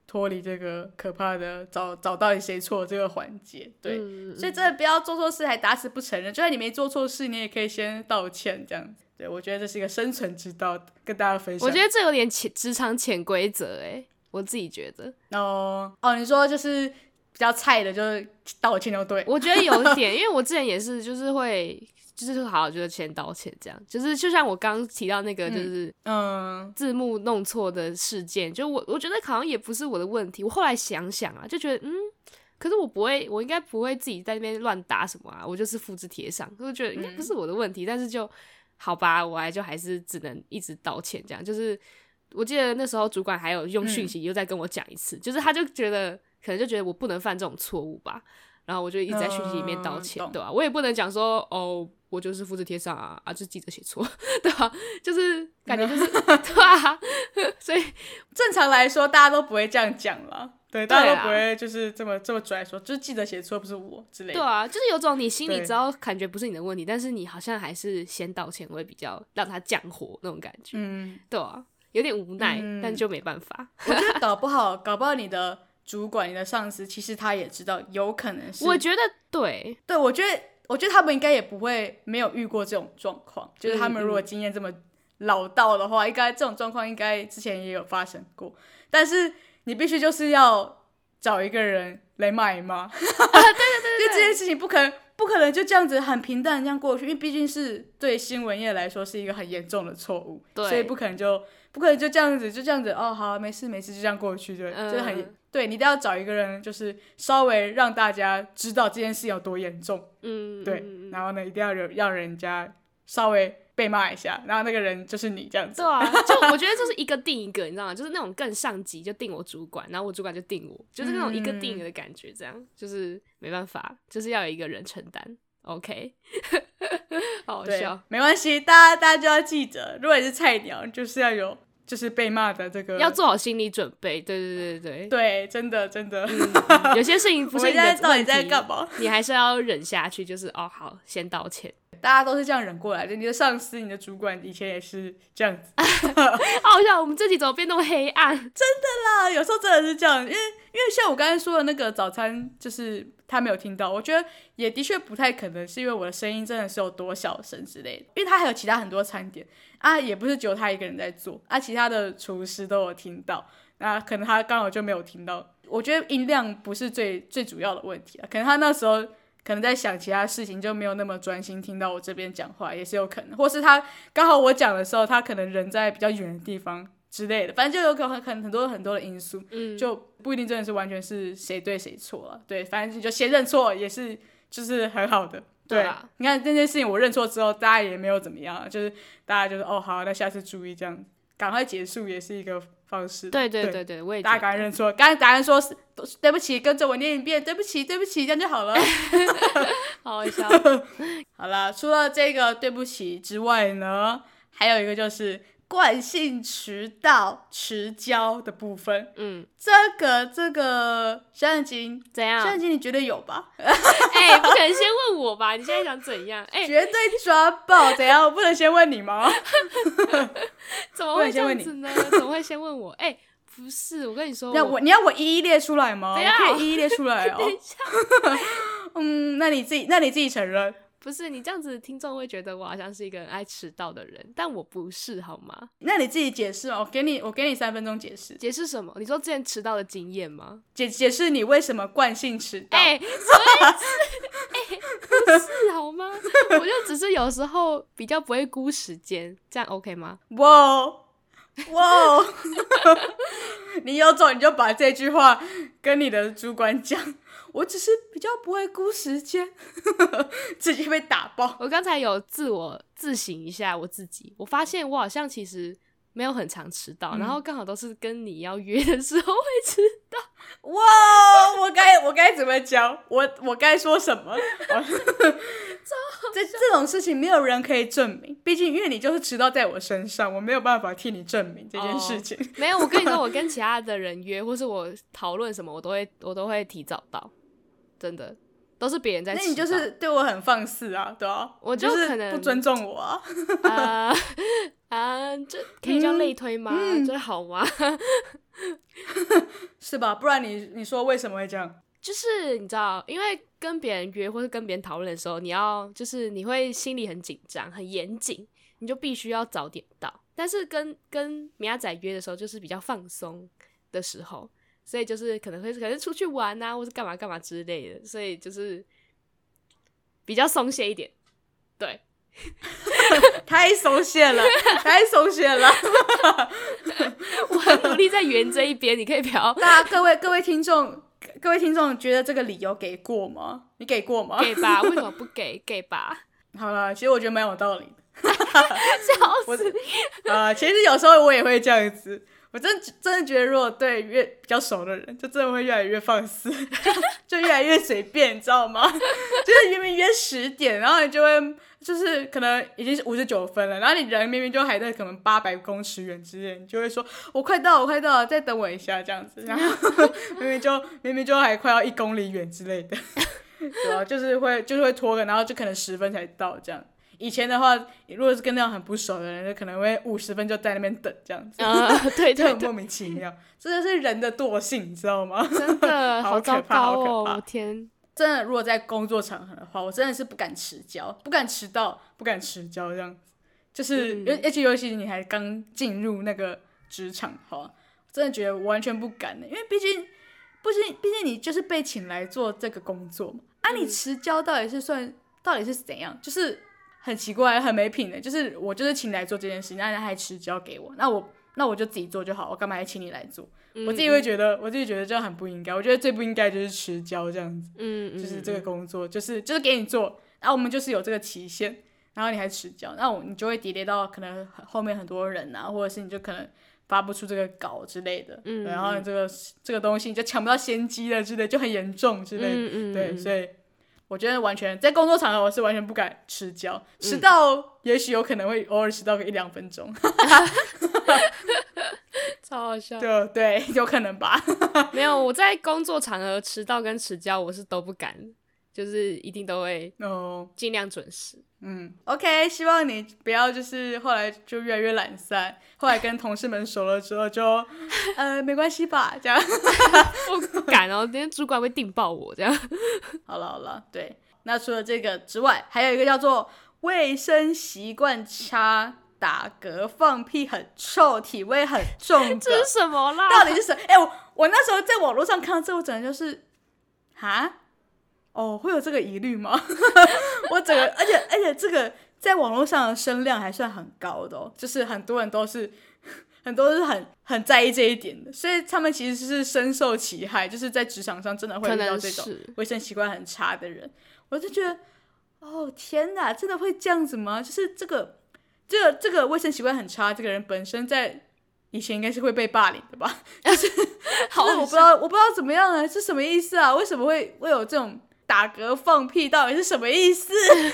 脱离这个可怕的找找到底谁错这个环节。对、 嗯、 所以真的不要做错事还打死不承认，就算你没做错事你也可以先道歉这样子。对，我觉得这是一个生存之道，跟大家分享。 我觉得这有点潜职场潜规则哎，我自己觉得。 哦哦，你说就是比较菜的，就是道歉就对。 我觉得有一点，因为我之前也是，就是会，就是好好就是先道歉，这样，就是就像我刚刚提到那个，就是嗯字幕弄错的事件，就我我觉得好像也不是我的问题。我后来想想啊，就觉得嗯，可是我不会，我应该不会自己在那边乱打什么啊，我就是复制贴上，我就觉得应该不是我的问题，嗯、但是就。好吧，我还就还是只能一直道歉，这样就是我记得那时候主管还有用讯息又再跟我讲一次、嗯，就是他就觉得可能就觉得我不能犯这种错误吧，然后我就一直在讯息里面道歉，嗯、对吧、啊？我也不能讲说哦，我就是复制贴上啊，啊，就是记者写错，对吧、啊？就是感觉就是、嗯、对啊，所以正常来说大家都不会这样讲啦。对，大家都不会就是这么这么拽说，就是记者写错不是我之类的。 对啊，就是有种你心里知道感觉不是你的问题，但是你好像还是先道歉会比较让他降火那种感觉。嗯，对啊，有点无奈，嗯、但就没办法。 我觉得搞不好，搞不好你的主管、你的上司，其实他也知道，有可能是。 我觉得对， 对，我觉得，我觉得他们应该也不会没有遇过这种状况，就是他们如果经验这么老道的话，嗯、应该这种状况应该之前也有发生过，但是。你必须就是要找一个人来骂一骂，啊、对对对对，就这件事情不可能不可能就这样子很平淡这样过去，因为毕竟是对新闻业来说是一个很严重的错误，所以不可能就不可能就这样子就这样子哦，好没事没事就这样过去，对，嗯、就是很对你一定要找一个人，就是稍微让大家知道这件事有多严重，嗯，对，然后呢一定要让人家稍微。被骂一下，然后那个人就是你这样子。 对啊，就我觉得就是一个定一个，你知道吗？就是那种更上级就定我主管，然后我主管就定我，就是那种一个定一个的感觉，这样、嗯、就是没办法，就是要有一个人承担。OK， 好好笑， 没关系，大家大家就要记得，如果你是菜鸟，就是要有就是被骂的这个， 要做好心理准备。对对对对对，真的真的、 嗯，有些事情不是你的问题， 我现在到底在干嘛？ 你还是要忍下去，就是哦，好，先道歉。 大家都是这样忍过来的，你的上司、你的主管以前也是这样子。 好像我们这集怎么变那么黑暗？真的啦，有时候真的是这样，因为因为像我刚才说的那个早餐，就是他没有听到，我觉得也的确不太可能，是因为我的声音真的是有多小声之类的，因为他还有其他很多餐点啊，也不是只有他一个人在做啊，其他的厨师都有听到，那可能他刚好就没有听到。我觉得音量不是最最主要的问题啊，可能他那时候。可能在想其他事情，就没有那么专心听到我这边讲话，也是有可能，或是他刚好我讲的时候，他可能人在比较远的地方之类的，反正就有可能很多很多的因素，嗯，就不一定真的是完全是谁对谁错了，对，反正就先认错也是就是很好的，对，对啊，你看这件事情我认错之后，大家也没有怎么样，就是大家就是哦好，那下次注意这样，赶快结束也是一个方式。 对对对对，我也觉得大家赶快认错，刚才答案说对不起，跟着我念一遍，对不起对不起，这样就好了。 好好笑。 好啦，除了这个对不起之外呢，还有一个就是惯性迟到迟交的部分。嗯，这个这个小眼睛怎样？ 小眼睛你觉得有吧？ 哎、欸，不可能先问我吧？你现在想怎样？哎、欸， 绝对抓爆！怎样？我不能先问你吗？ 怎么会这样子呢？怎么会先问我？哎、欸，不是，我跟你说， 那我你要我一一列出来吗？我可以一一列出来哦。 等一下， 嗯，那你自己，那你自己承认。 不是你这样子，听众会觉得我好像是一个很爱迟到的人，但我不是，好吗？ 那你自己解释哦，我给你，我给你三分钟解释。 解释什么？你说之前迟到的经验吗？ 解解释你为什么惯性迟到？ 哎、欸，什么意思？哎、欸，不是好吗？我就只是有时候比较不会估时间，这样 OK 吗？ 哇哇！你有种你就把这句话跟你的主管讲。我只是比较不会估时间，直接被打爆。 我刚才有自我自省一下我自己，我发现我好像其实没有很常迟到，嗯、然后刚好都是跟你要约的时候会迟到。 哇，我该我该怎么讲？我我该说什么？这这种事情没有人可以证明，毕竟因为你就是迟到在我身上，我没有办法替你证明这件事情。 哦、没有，我跟你说，我跟其他的人约，或是我讨论什么，我都会我都会提早到。真的都是别人在迟到。 那你就是对我很放肆啊，对啊， 我就可能不尊重我啊。 啊啊，这可以叫类推吗？ 嗯、 这好吗？ 是吧？不然你你说为什么会这样？ 就是你知道，因为跟别人约或是跟别人讨论的时候，你要就是你会心里很紧张、很严谨，你就必须要早点到。但是跟跟米亚仔约的时候，就是比较放松的时候，所以就是可能会可能出去玩啊，或是干嘛干嘛之类的，所以就是比较松懈一点。对， 太松懈了，太松懈了。 我很努力在圆这一边，你可以不要。 大家各位各位听众。各位听众觉得这个理由给过吗？你给过吗？ 给吧，为什么不给？给吧。 好了，其实我觉得蛮有道理的。 笑死！ 呃，其实有时候我也会这样子。我真的真的觉得，如果对越比较熟的人，就真的会越来越放肆，就越来越随便，你知道吗？就是明明约十点，然后你就会就是可能已经是五十九分了，然后你人明明就还在可能八百公尺远之类，你就会说我快到了，我快到了，再等我一下这样子，然后明明就明明就还快要一公里远之类的，对啊，就是会就是会拖个，然后就可能十分才到这样。以前的话，如果是跟那种很不熟的人，就可能会五十分就在那边等这样子， 啊、uh, ，对对对， 就很莫名其妙，这就是人的惰性，你知道吗？ 真的好糟糕哦！ 我天， 真的，如果在工作场合的话，我真的是不敢迟交，不敢迟到，不敢迟交这样子，就是，嗯、而且尤其你还刚进入那个职场的话，真的觉得我完全不敢的，因为毕竟，毕竟，毕竟你就是被请来做这个工作嘛，啊，你迟交到底是算，到底是怎样？就是。很奇怪，很没品的，就是我就是请你来做这件事，那你还迟交给我，那我那我就自己做就好，我干嘛还请你来做？嗯、我自己会觉得，我自己觉得这样很不应该。我觉得最不应该就是迟交这样子，嗯嗯，就是这个工作，就是就是给你做，然后我们就是有这个期限，然后你还迟交，那我你就会跌跌到可能后面很多人啊，或者是你就可能发不出这个稿之类的，嗯，然后这个这个东西你就抢不到先机了之类，就很严重之类的，嗯嗯，对，所以。我觉得完全在工作场合我是完全不敢迟交，迟到也许有可能会偶尔迟到个一两分钟， 超好笑。 就对，有可能吧。 没有，我在工作场合迟到跟迟交我是都不敢，就是一定都会尽量准时。 Oh. 嗯 ，OK， 希望你不要就是后来就越来越懒散，后来跟同事们熟了之后就呃没关系吧，这样不敢哦，今天主管会定爆我这样。 好了好了，对，那除了这个之外，还有一个叫做卫生习惯差、打嗝、放屁很臭、体味很重的， 这是什么啦？ 到底是什么？哎、欸，我我那时候在网络上看到这，我整个就是哈。哦，会有这个疑虑吗？我整个，而且而且这个在网络上的声量还算很高的哦，就是很多人都是很多人是很很在意这一点的，所以他们其实是深受其害，就是在职场上真的会遇到这种卫生习惯很差的人。我就觉得，哦天哪，真的会这样子吗？就是这个这个这个卫生习惯很差，这个人本身在以前应该是会被霸凌的吧？就是好，就是我不知道我不知道怎么样啊，是什么意思啊？为什么会会有这种？打嗝放屁到底是什么意思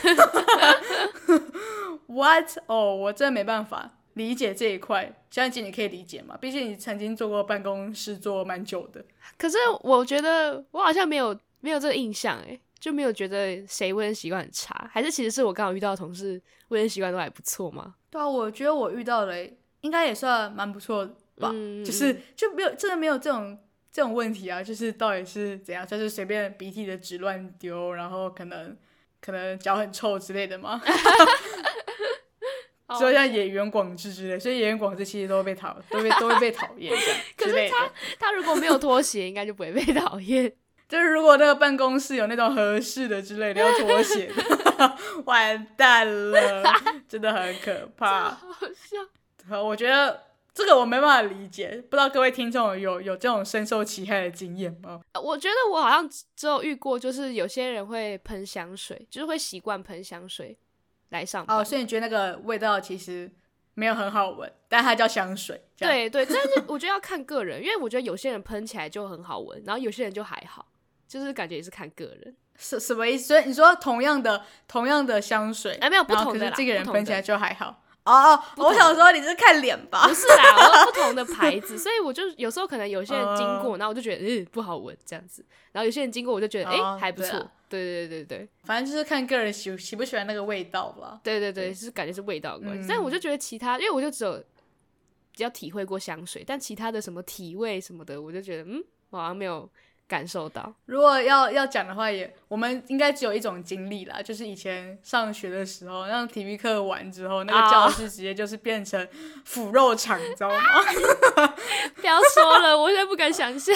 ？What？ 哦，我真的没办法理解这一块。相信你可以理解嘛？毕竟你曾经做过办公室做蛮久的。 可是我觉得我好像没有没有这个印象哎，就没有觉得谁卫生习惯很差，还是其实是我刚好遇到的同事卫生习惯都还不错吗？ 对啊，我觉得我遇到的应该也算蛮不错的吧，嗯、就是就没有真的没有这种。这种问题啊，就是到底是怎样？就是随便鼻涕的纸乱丢，然后可能可能脚很臭之类的吗？就像演员广志之类，所以演员广志其实都会被讨，都会都会被讨厌这样。 可是他他如果没有拖鞋，应该就不会被討厭。 就是如果那个办公室有那种合适的之类的要拖鞋的，完蛋了，真的很可怕。 好笑。 我觉得。这个我没办法理解，不知道各位听众有有这种深受其害的经验吗？ 我觉得我好像只有遇过，就是有些人会喷香水，就是会习惯喷香水来上班。 哦，所以你觉得那个味道其实没有很好闻，但它叫香水。 对对，但是我觉得要看个人，因为我觉得有些人喷起来就很好闻，然后有些人就还好，就是感觉也是看个人。 是什么意思？所以你说同样的同样的香水， 哎，没有不同的啦， 可是这个人喷起来就还好。哦哦，我想说你是看脸吧？ 不是啦，我有不同的牌子，所以我就有时候可能有些人经过，然后我就觉得嗯不好闻这样子，然后有些人经过我就觉得哎、欸、还不错， 对对对对， 反正就是看个人喜喜不喜欢那个味道吧。 对对对，是感觉是味道的关系、嗯。但我就觉得其他，因为我就只有比较体会过香水，但其他的什么体味什么的，我就觉得嗯，我好像没有感受到。 如果要要讲的话也，我们应该只有一种经历啦，就是以前上学的时候，让体育课完之后，那个教室直接就是变成腐肉场，你知道吗？ 不要说了，我现在不敢想象。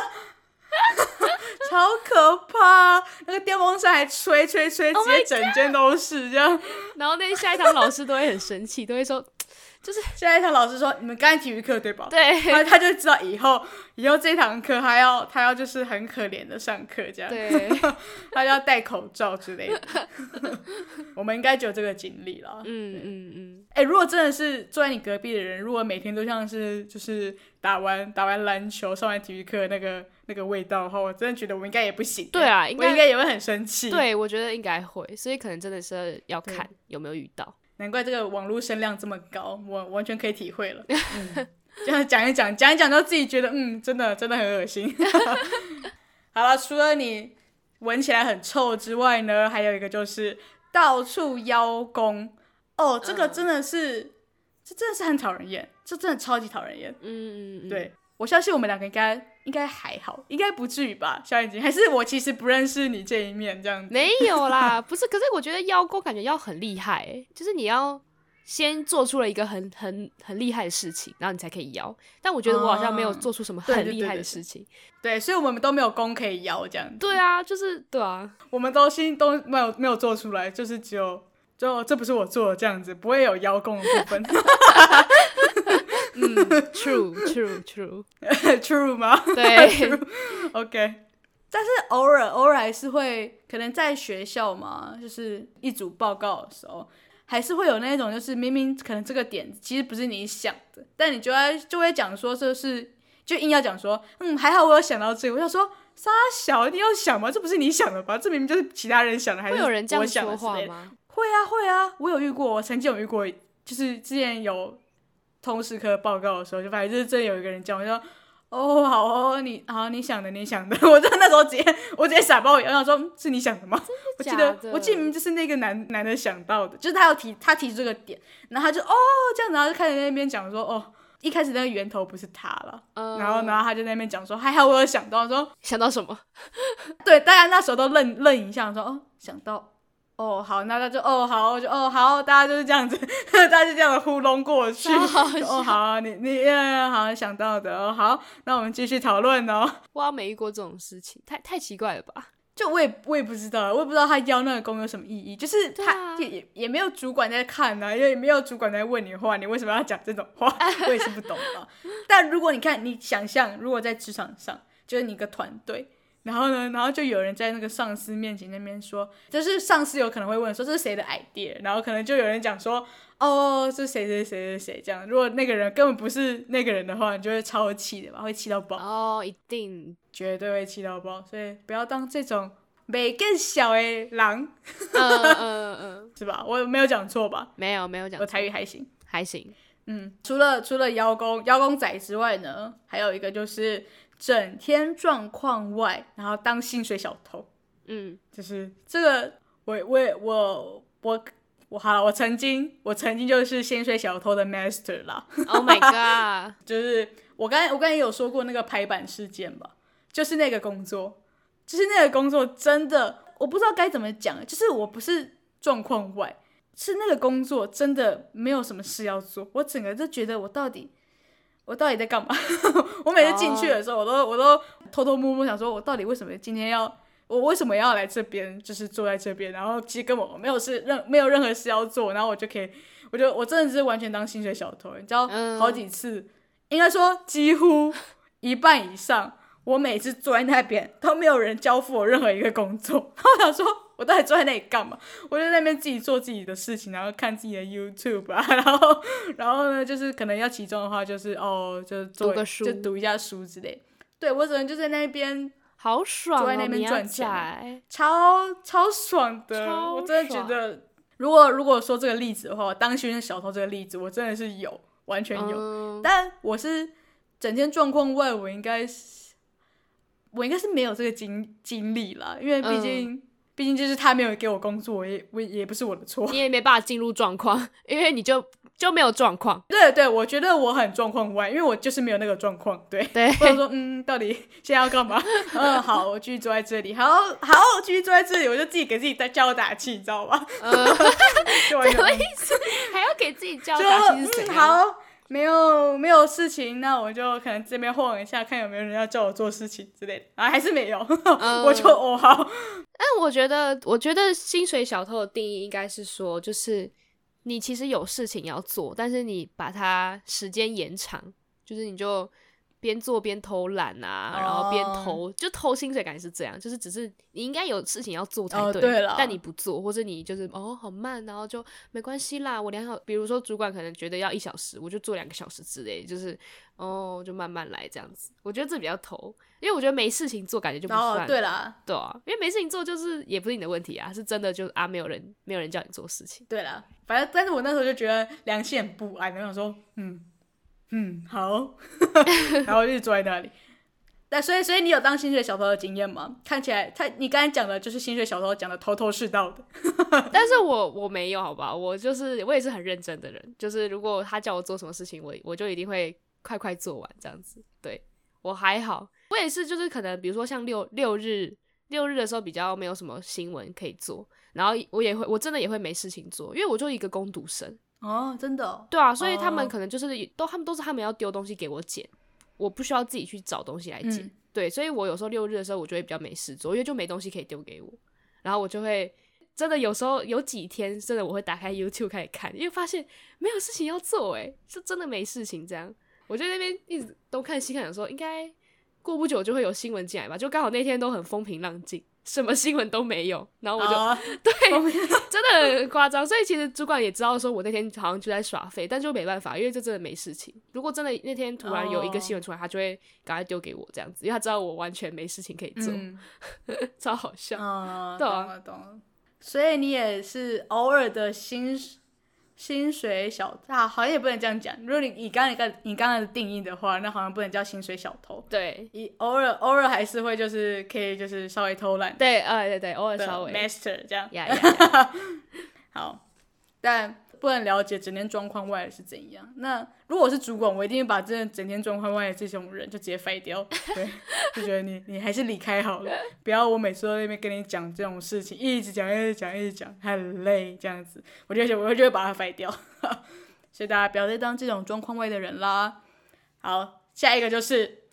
超可怕！那个电风扇还吹吹吹， Oh 直接整间都是这样。 然后那下一堂老师都会很生气，都会说，就是下一堂老师说你们刚才体育课对吧？ 对， 他他就知道以后以后这堂课他要他要就是很可怜的上课这样， 对， 他就要戴口罩之类的。我们应该只有这个经历了。 嗯嗯嗯。 哎、欸，如果真的是坐在你隔壁的人，如果每天都像是就是打完打完篮球上完体育课那个那个味道的话，我真的觉得我应该也不行。 对啊，应该我应该也会很生气。 对，我觉得应该会，所以可能真的是要看有没有遇到。 难怪这个网络声量这么高，我完全可以体会了。嗯，这样讲一讲，讲一讲，都自己觉得嗯，真的真的很恶心。好了，除了你闻起来很臭之外呢，还有一个就是到处邀功。哦，这个真的是，嗯、这真的是很讨人厌，这真的超级讨人厌。 嗯嗯嗯， 对，我相信我们两个应该应该还好，应该不至于吧？小眼睛，还是我其实不认识你这一面这样子？ 没有啦，不是。可是我觉得邀功感觉要很厉害、欸，就是你要先做出了一个很很很厉害的事情，然后你才可以邀。但我觉得我好像没有做出什么很厉害的事情。 对, 对, 对, 对, 对，所以我们都没有功可以邀这样子。 对啊，就是对啊， 我们都心都没有没有做出来，就是只有。就这不是我做的这样子，不会有邀功的部分。 嗯 ，true true true true 吗？ 对 true, OK。但是偶尔偶尔还是会，可能在学校嘛，就是一组报告的时候，还是会有那种，就是明明可能这个点其实不是你想的，但你就会就会讲说这是，就硬要讲说，嗯，还好我有想到这个，我想说。傻小，你有想吗？这不是你想的吧？这明明就是其他人想的，还是我想的？ 会有人这样说话吗？ 会啊会啊，我有遇过，我曾经有遇过，就是之前有通识科报告的时候，就反正就是真的有一个人讲，我就说哦好哦，你好你想的你想的，我就那时候直接我直接傻爆眼，我想说是你想的吗？我记得我记得明明就是那个男男的想到的，就是他要提他提出这个点，然后他就哦这样，然后就开始在那边讲说哦。一开始那个源头不是他了、呃，然后然后他就在那边讲说，还好我有想到，说想到什么？ 对，大家那时候都愣愣一下，说哦想到，哦好，那他就哦好，就哦好，大家就是这样子，大家就这样的糊弄过去，哦好，你你嗯好想到的，哦好，那我们继续讨论哦。 我没遇过这种事情，太太奇怪了吧？ 就我也我也不知道，我也不知道他邀那个功有什么意义，就是他、啊、也也没有主管在看啊，也没有主管在问你话，你为什么要讲这种话？我也是不懂吧。但如果你看，你想象，如果在职场上，就是你一个团队，然后呢，然后就有人在那个上司面前那边说，就是上司有可能会问说这是谁的 idea， 然后可能就有人讲说，哦，这是谁谁谁谁谁这样。如果那个人根本不是那个人的话，你就会超气的吧，会气到爆。 哦，一定。 绝对会气到爆，所以不要当这种没更小的狼， 嗯嗯嗯， 是吧？我没有讲错吧？ 没有没有讲错， 我台语还行， 还行。 嗯，除了除了邀功邀功仔之外呢，还有一个就是整天状况外，然后当薪水小偷。嗯，就是这个，我我我我我好了，我曾经我曾经就是薪水小偷的 master 啦。 Oh my god！ 就是我刚才我刚才有说过那个排版事件吧，就是那个工作，就是那个工作真的我不知道该怎么讲，就是我不是状况外，是那个工作真的没有什么事要做，我整个就觉得我到底我到底在干嘛？我每次进去的时候，我都我都偷偷摸摸想说，我到底为什么今天要我为什么要来这边，就是坐在这边，然后其实根本我没有事任没有任何事要做，然后我就可以，我就我真的是完全当薪水小偷，你知道，嗯、好几次，应该说几乎一半以上，我每次坐在那边都没有人交付我任何一个工作，然后我想说，我到底坐在那里干嘛？我就在那边自己做自己的事情，然后看自己的 YouTube 啊，然后然后呢，就是可能要期中的话，就是哦，就做读个书， 就读一下书之类。对，我只能就在那边。 好爽、哦， 坐在那边赚钱， 超超爽的超爽。 我真的觉得，如果如果说这个例子的话，当薪水小偷这个例子，我真的是有，完全有。嗯、但我是整天状况外，我应该是，我应该是没有这个经经历啦，因为毕竟、嗯、 毕竟就是他没有给我工作，也我也不是我的错， 你也没办法进入状况，因为你就就没有状况。 对对，我觉得我很状况外，因为我就是没有那个状况。对对， 或者说嗯，到底现在要干嘛？嗯，好，我继续坐在这里，好好继续坐在这里，我就自己给自己叫打气，你知道吗？ 呃，什么意思？还要给自己叫打气是怎样？ 嗯，好。没有没有事情，那我就可能这边晃一下，看有没有人要叫我做事情之类的，啊，还是没有，嗯、我就哦好。 但我觉得，我觉得薪水小偷的定义应该是说，就是你其实有事情要做，但是你把它时间延长，就是你就边做边偷懒啊， oh. 然后边偷，就偷薪水感觉是这样，就是只是你应该有事情要做才对， oh, 对了， 但你不做，或者你就是哦好慢，然后就没关系啦，我两小，比如说主管可能觉得要一小时，我就做两个小时之类，就是哦就慢慢来这样子，我觉得这比较偷，因为我觉得没事情做感觉就不算， oh, 对啦， 对啊，因为没事情做就是也不是你的问题啊，是真的就是啊没有人没有人叫你做事情， 对啦，反正但是我那时候就觉得良心很不安，我想说嗯。嗯，好，然后就一直坐在那里。那所以，所以你有当薪水小偷的经验吗？看起来，他你刚才讲的就是薪水小偷讲的头头是道的。 但是我我没有，好吧，我就是我也是很认真的人，就是如果他叫我做什么事情，我我就一定会快快做完这样子。对，我还好，我也是，就是可能比如说像六六日六日的时候比较没有什么新闻可以做，然后我也会我真的也会没事情做，因为我就一个工读生。 哦，真的、哦？ 对啊，所以他们可能就是都，他们都是他们要丢东西给我捡，我不需要自己去找东西来捡、嗯。对，所以我有时候六日的时候，我就会比较没事做，因为就没东西可以丢给我，然后我就会真的有时候有几天真的我会打开 YouTube 开始看，因为发现没有事情要做，哎，是真的没事情这样。我就在那边一直东看西看，想说应该过不久就会有新闻进来吧，就刚好那天都很风平浪静。什么新闻都没有，然后我就、oh. 对，真的很夸张。所以其实主管也知道说我那天好像就在耍废，但就没办法，因为这真的没事情。如果真的那天突然有一个新闻出来， oh. 他就会赶快丢给我这样子，因为他知道我完全没事情可以做，嗯、超好笑。 嗯， 对啊， 懂了懂了。所以你也是偶尔的薪薪水小啊，好像也不能这样讲。如果你以刚才你刚才的定义的话，那好像不能叫薪水小偷。 对， 以偶尔偶尔还是会就是可以就是稍微偷懒。 对，呃，对对，偶尔稍微 master 这样。 呀呀。 好，但不能了解整天状况外的是怎样。那如果我是主管，我一定会把真的整天状况外的这种人就直接废掉。对，就觉得你你还是离开好了，不要我每次都在那边跟你讲这种事情，一直讲一直讲一直讲，很累这样子。我就我就会把它废掉。所以大家不要再当这种状况外的人啦。好，下一个就是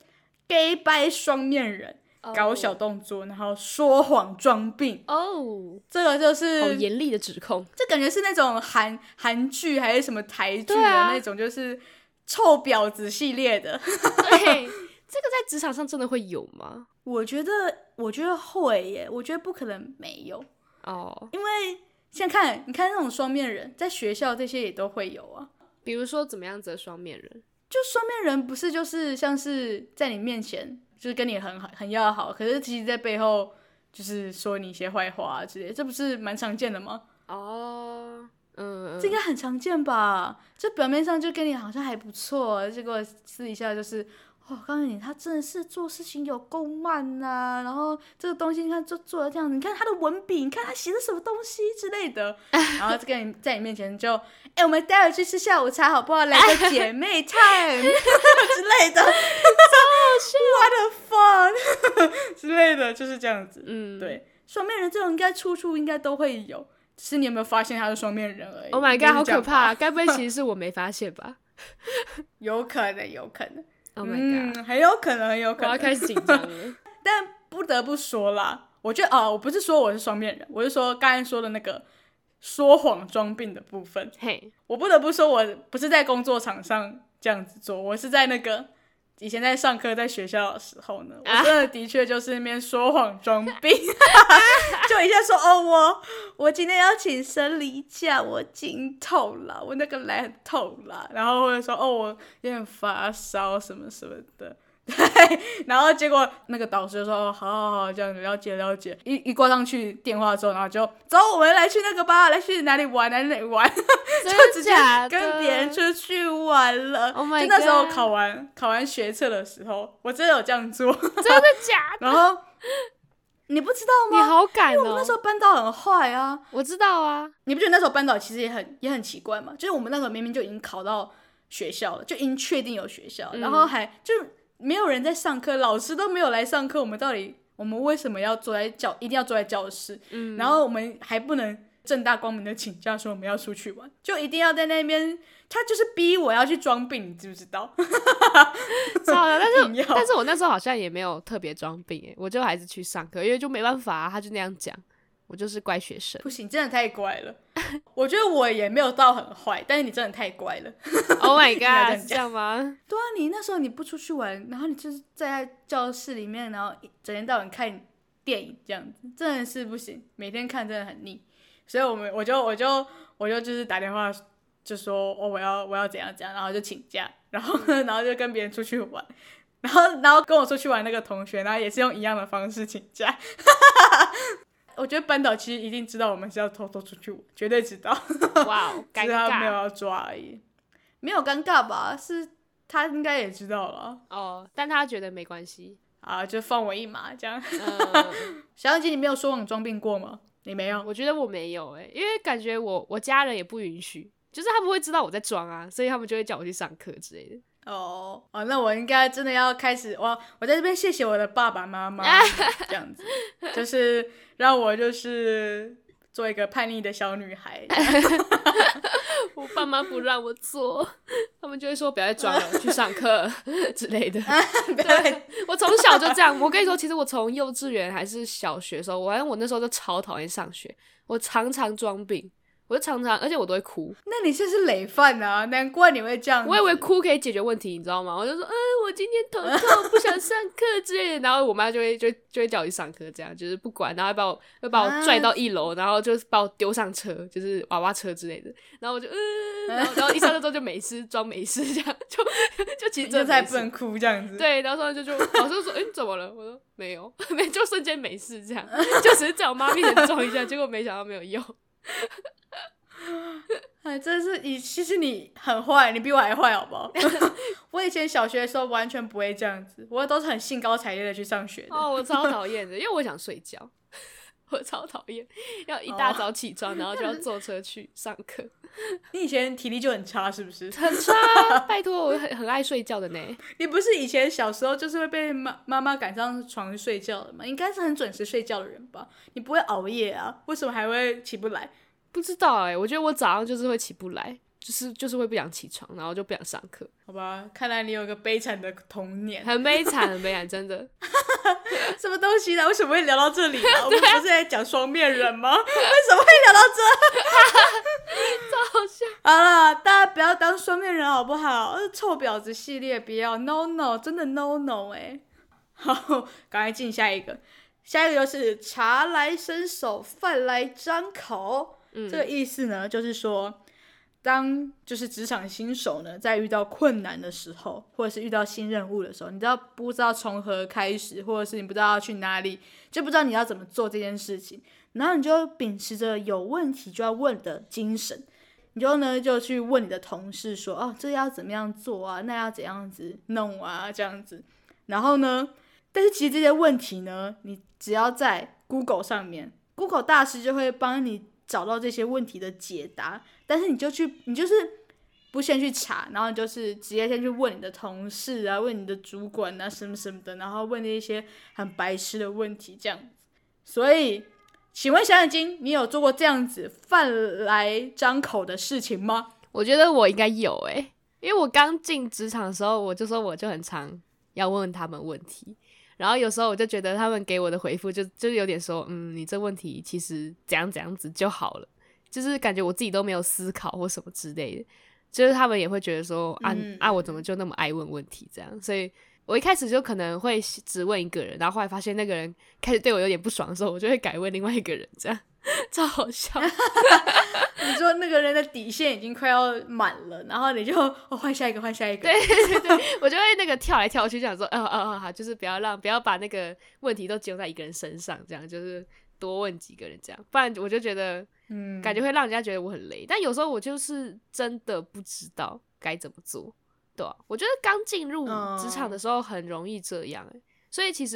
gay 掰双面人。搞小动作，然后说谎装病哦， oh, 这个就是好严厉的指控。 这感觉是那种韩韩剧还是什么台剧的那种，就是臭婊子系列的。 对，这个在职场上真的会有吗？ 我觉得，我觉得会耶。我觉得不可能没有哦， oh. 因为现在看，你看那种双面人，在学校这些也都会有啊。 比如说怎么样子的双面人？ 就双面人不是就是像是在你面前。就是跟你很很要好，可是其实在背后就是说你一些坏话啊之类的，这不是蛮常见的吗？ 哦、oh, 嗯， 这应该很常见吧？就表面上就跟你好像还不错，结果私底下就是哦，告诉你他真的是做事情有够慢啊，然后这个东西你看就做的这样子，你看他的文笔，你看他写的什么东西之类的，然后跟你在你面前就哎、欸，我们待会去吃下午茶好不好？来个姐妹 time 之类的。What the fuck 之类的，就是这样子。嗯，对，双面人这种应该处处应该都会有，只是你有没有发现他是双面人而已。 Oh my god， 好可怕！该不会其实是我没发现吧？ 有可能，有可能。 Oh my god，、 嗯、很有可能，很有可能。 我要开始紧张了。 但不得不说啦，我觉得哦，我不是说我是双面人，我是说刚才说的那个说谎装病的部分。嘿、hey. ，我不得不说，我不是在工作场上这样子做，我是在那个。以前在上课在学校的时候呢，我真的的确就是那边说谎装病，就一下说哦我我今天要请生理假，我经痛了，我那个来很痛了，然后或者说哦我有点发烧什么什么的，对，然后结果那个导师就说哦好好好这样子了解了解，一一挂上去电话之后，然后就走我们来去那个吧，来去哪里玩哪里玩，就直接跟别人出去玩了。 Oh my god！ 就那时候考完考完学测的时候，我真的有这样做， 真的假的？ 然后你不知道吗？ 你好敢哦！ 因为我们那时候班导很坏啊。 我知道啊。 你不觉得那时候班导其实也很也很奇怪吗？就是我们那时候明明就已经考到学校了，就已经确定有学校，嗯、然后还就没有人在上课，老师都没有来上课，我们到底我们为什么要坐在教一定要坐在教室？嗯，然后我们还不能正大光明的请假说我们要出去玩，就一定要在那边，他就是逼我要去装病，你知不知道？ 超的，但是但是我那时候好像也没有特别装病耶，我就还是去上课，因为就没办法啊，他就那样讲，我就是乖学生。 不行，真的太乖了。我觉得我也没有到很坏，但是你真的太乖了。 Oh my god， 是这样吗？ 对啊，你那时候你不出去玩，然后你就是在教室里面，然后整天到晚看电影这样子，真的是不行，每天看真的很腻。所以我们我就我就我就就是打电话就说哦我要我要怎样怎样，然后就请假，然后然后就跟别人出去玩，然后然后跟我出去玩那个同学，然后也是用一样的方式请假。我觉得班导其实一定知道我们是要偷偷出去玩，绝对知道。 哇哦，尴尬。 只是他没有要抓而已，没有尴尬吧？是他应该也知道了。 哦，但他觉得没关系啊，就放我一马这样。嗯、小杨姐，你没有说谎装病过吗？你没有？ 我觉得我没有哎、欸，因为感觉我我家人也不允许，就是他们会知道我在装啊，所以他们就会叫我去上课之类的。 哦哦，那我应该真的要开始，我我在这边谢谢我的爸爸妈妈，这样子，就是让我就是做一个叛逆的小女孩。 我爸妈不让我做，他们就会说不要再装了，去上课之类的。对，我从小就这样。我跟你说，其实我从幼稚园还是小学的时候，我我那时候就超讨厌上学，我常常装病。我就常常，而且我都会哭。 那你这是累犯啊，难怪你会这样子。 我以为哭可以解决问题，你知道吗？我就说，嗯、呃，我今天头痛，不想上课之类的。然后我妈就会就就会叫我去上课，这样就是不管，然后会把我会把我拽到一楼，啊、然后就把我丢上车，就是娃娃车之类的。然后我就嗯、呃，然后然后一上车之后就没事，装没事，这样就就其实真的才不能哭这样子。 对，然后上就就老师就说，哎、欸，怎么了？我说没有，没就瞬间没事，这样就只是在我妈面前装一下，结果没想到没有用。 哎，真是你，其实你很坏，你比我还坏，好不好？我以前小学的时候完全不会这样子，我都是很兴高采烈的去上学的。 哦，我超讨厌的，因为我想睡觉，我超讨厌要一大早起床，哦、然后就要坐车去上课。 你以前体力就很差，是不是？ 很差，拜托，我很很爱睡觉的呢。 你不是以前小时候就是会被妈妈妈赶上床睡觉的吗？应该是很准时睡觉的人吧？你不会熬夜啊？为什么还会起不来？ 不知道哎、欸，我觉得我早上就是会起不来，就是就是会不想起床，然后就不想上课。 好吧，看来你有一个悲惨的童年， 很悲惨，很悲惨，真的。 什么东西呢？为什么会聊到这里啊？我们不是在讲双面人吗？为什么会聊到这？ 超好笑。 好了，大家不要当双面人好不好？臭婊子系列不要 ，no no， 真的 no no 哎、欸。好，赶快进下一个。下一个就是茶来伸手，饭来张口。嗯、这个意思呢，就是说，当就是职场新手呢，在遇到困难的时候，或者是遇到新任务的时候，你知道不知道从何开始，或者是你不知道要去哪里，就不知道你要怎么做这件事情，然后你就秉持着有问题就要问的精神，你就呢就去问你的同事说，哦，这要怎么样做啊？那要怎样子弄啊？这样子，然后呢？但是其实这些问题呢，你只要在 Google 上面 ，Google 大师就会帮你找到这些问题的解答。但是你就去，你就是不先去查，然后你就是直接先去问你的同事啊，问你的主管啊，什么什么的，然后问那些很白痴的问题，这样子。所以，请问小眼睛，你有做过这样子饭来张口的事情吗？ 我觉得我应该有诶、欸，因为我刚进职场的时候，我就说我就很常要问他们问题。然后有时候我就觉得他们给我的回复就就是有点说，嗯，你这问题其实怎样怎样子就好了，就是感觉我自己都没有思考或什么之类的，就是他们也会觉得说，啊、嗯、啊，我怎么就那么爱问问题这样，所以我一开始就可能会只问一个人，然后后来发现那个人开始对我有点不爽的时候，我就会改问另外一个人，这样超好笑。 你说那个人的底线已经快要满了，然后你就哦换下一个换下一个， 对对对，我就会那个跳来跳去，想说哦哦哦好，就是不要让不要把那个问题都集中在一个人身上，这样就是多问几个人这样，不然我就觉得嗯感觉会让人家觉得我很累，但有时候我就是真的不知道该怎么做，对啊，我觉得刚进入职场的时候很容易这样、欸、所以其实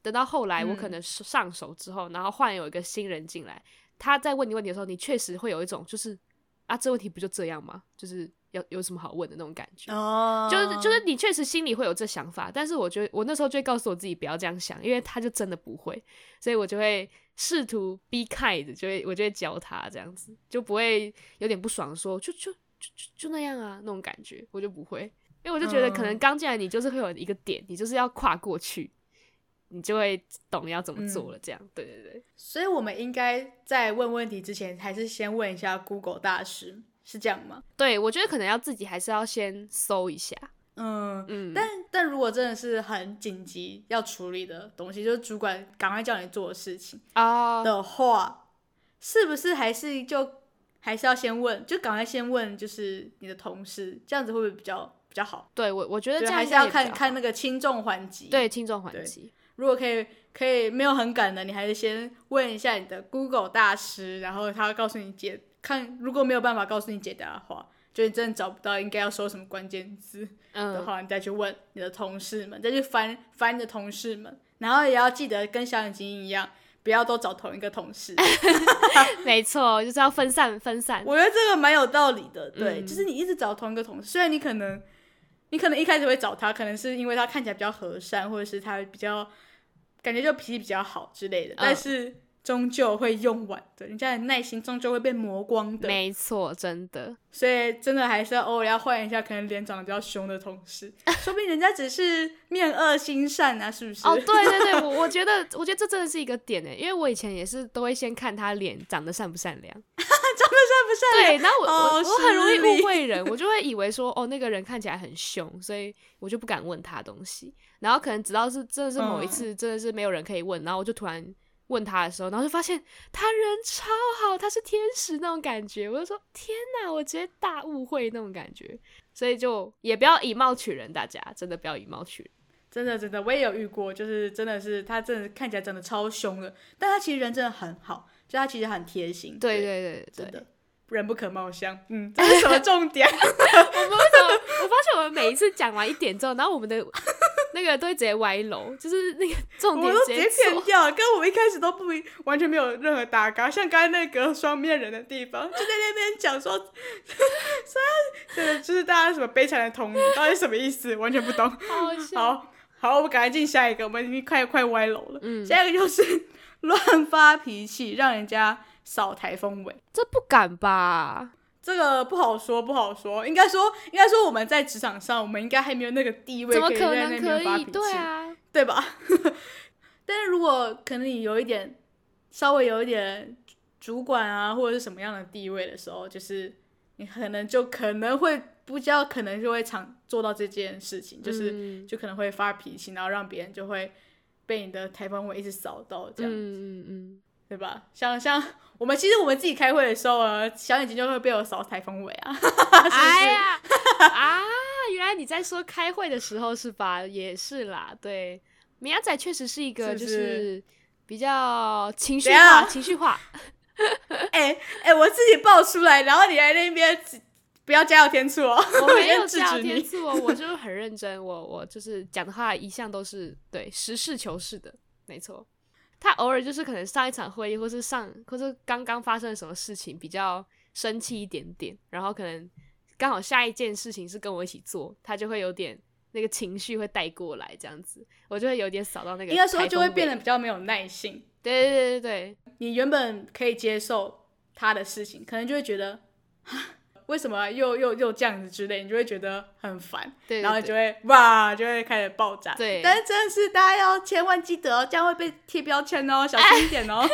等到后来我可能上手之后、嗯、然后换有一个新人进来，他在问你问题的时候，你确实会有一种就是啊这问题不就这样吗，就是要有什么好问的那种感觉、 哦、 就是就是你确实心里会有这想法，但是我觉得我那时候就会告诉我自己不要这样想，因为他就真的不会，所以我就会试图 be kind， 就会我就会教他这样子，就不会有点不爽说就就就就就那样啊那种感觉，我就不会，因为我就觉得可能刚进来你就是会有一个点，你就是要跨过去，你就会懂要怎么做了这样、嗯、对对对。 所以我们应该在问问题之前还是先问一下 Google 大师，是这样吗？ 对，我觉得可能要自己还是要先搜一下。 嗯嗯，但但如果真的是很紧急要处理的东西，就是主管赶快叫你做的事情的话、oh. 是不是还是就还是要先问，就赶快先问就是你的同事，这样子会不会比较比较好？ 对，我我觉得这样还是要看看那个轻重缓急。 对，轻重缓急。 如果可以可以没有很赶的，你还是先问一下你的 Google 大师，然后他会告诉你解，看如果没有办法告诉你解答的话，就你真的找不到应该要说什么关键字的话、嗯、你再去问你的同事们，再去翻翻你的同事们，然后也要记得跟小眼睛一样，不要都找同一个同事。 没错，就是要分散分散。 我觉得这个蛮有道理的，对、嗯、就是你一直找同一个同事，虽然你可能你可能一开始会找他，可能是因为他看起来比较和善，或者是他比较感觉就脾气比较好之类的、嗯、但是终究会用完的，人家的耐心终究会被磨光的。 没错，真的。所以真的还是要偶尔要换一下可能脸长得比较凶的同事，说不定人家只是面恶心善啊，是不是？ 哦，对对对，我我觉得我觉得这真的是一个点耶，因为我以前也是都会先看他脸长得善不善良。 长得善不善良？ 对，然后我、哦、我我很容易误会人，我就会以为说哦那个人看起来很凶，所以我就不敢问他东西。然后可能直到是真的是某一次真的是没有人可以问，然后我就突然问他的时候，然后就发现他人超好，他是天使那种感觉，我就说天哪，我直接大误会那种感觉。所以就也不要以貌取人，大家真的不要以貌取人。 真的真的，我也有遇过，就是真的是他真的看起来真的超凶的，但他其实人真的很好，就他其实很贴心。 对对对对， 真的人不可貌相。嗯，这是什么重点？我们为什么？我发现我们每一次讲完一点之后，然后我们的那个都会直接歪楼，就是那个重点直接我都直接偏掉，跟我们一开始都不完全没有任何搭嘎，像刚才那个双面人的地方，就在那边讲说，对，就是大家什么悲惨的童年，到底什么意思？完全不懂。 好笑。 好，好，我们赶快进下一个，我们已经快快歪楼了。嗯，下一个就是乱发脾气，让人家扫台风尾。 这不敢吧？ 这个不好说，不好说。应该说，应该说我们在职场上，我们应该还没有那个地位可以在那边发脾气， 对啊， 对吧？但是如果可能你有一点，稍微有一点主管啊，或者是什么样的地位的时候，就是你可能就可能会不知道，可能就会常做到这件事情，就是、嗯、就可能会发脾气，然后让别人就会被你的台风尾一直扫到这样子。嗯嗯嗯。对吧？像像我们其实我们自己开会的时候啊，小眼睛就会被我扫台风尾啊。是不是？ 哎呀啊！原来你在说开会的时候是吧？也是啦，对，明仔仔确实是一个就是比较情绪化，情绪化。 哎哎、欸欸，我自己爆出来，然后你来那边不要加油添醋哦！ 我没有加油添醋哦，我就是很认真，我我就是讲的话一向都是对实事求是的，没错。他偶尔就是可能上一场会议，或是上，或是刚刚发生了什么事情比较生气一点点，然后可能刚好下一件事情是跟我一起做，他就会有点那个情绪会带过来，这样子，我就会有点扫到那个。 应该说就会变得比较没有耐性。 对对对对， 你原本可以接受他的事情，可能就会觉得，为什么又又又这样子之类，你就会觉得很烦，对对对，然后就会哇，就会开始爆炸。对，但是真的是大家要千万记得哦，这样会被贴标签哦，小心一点哦。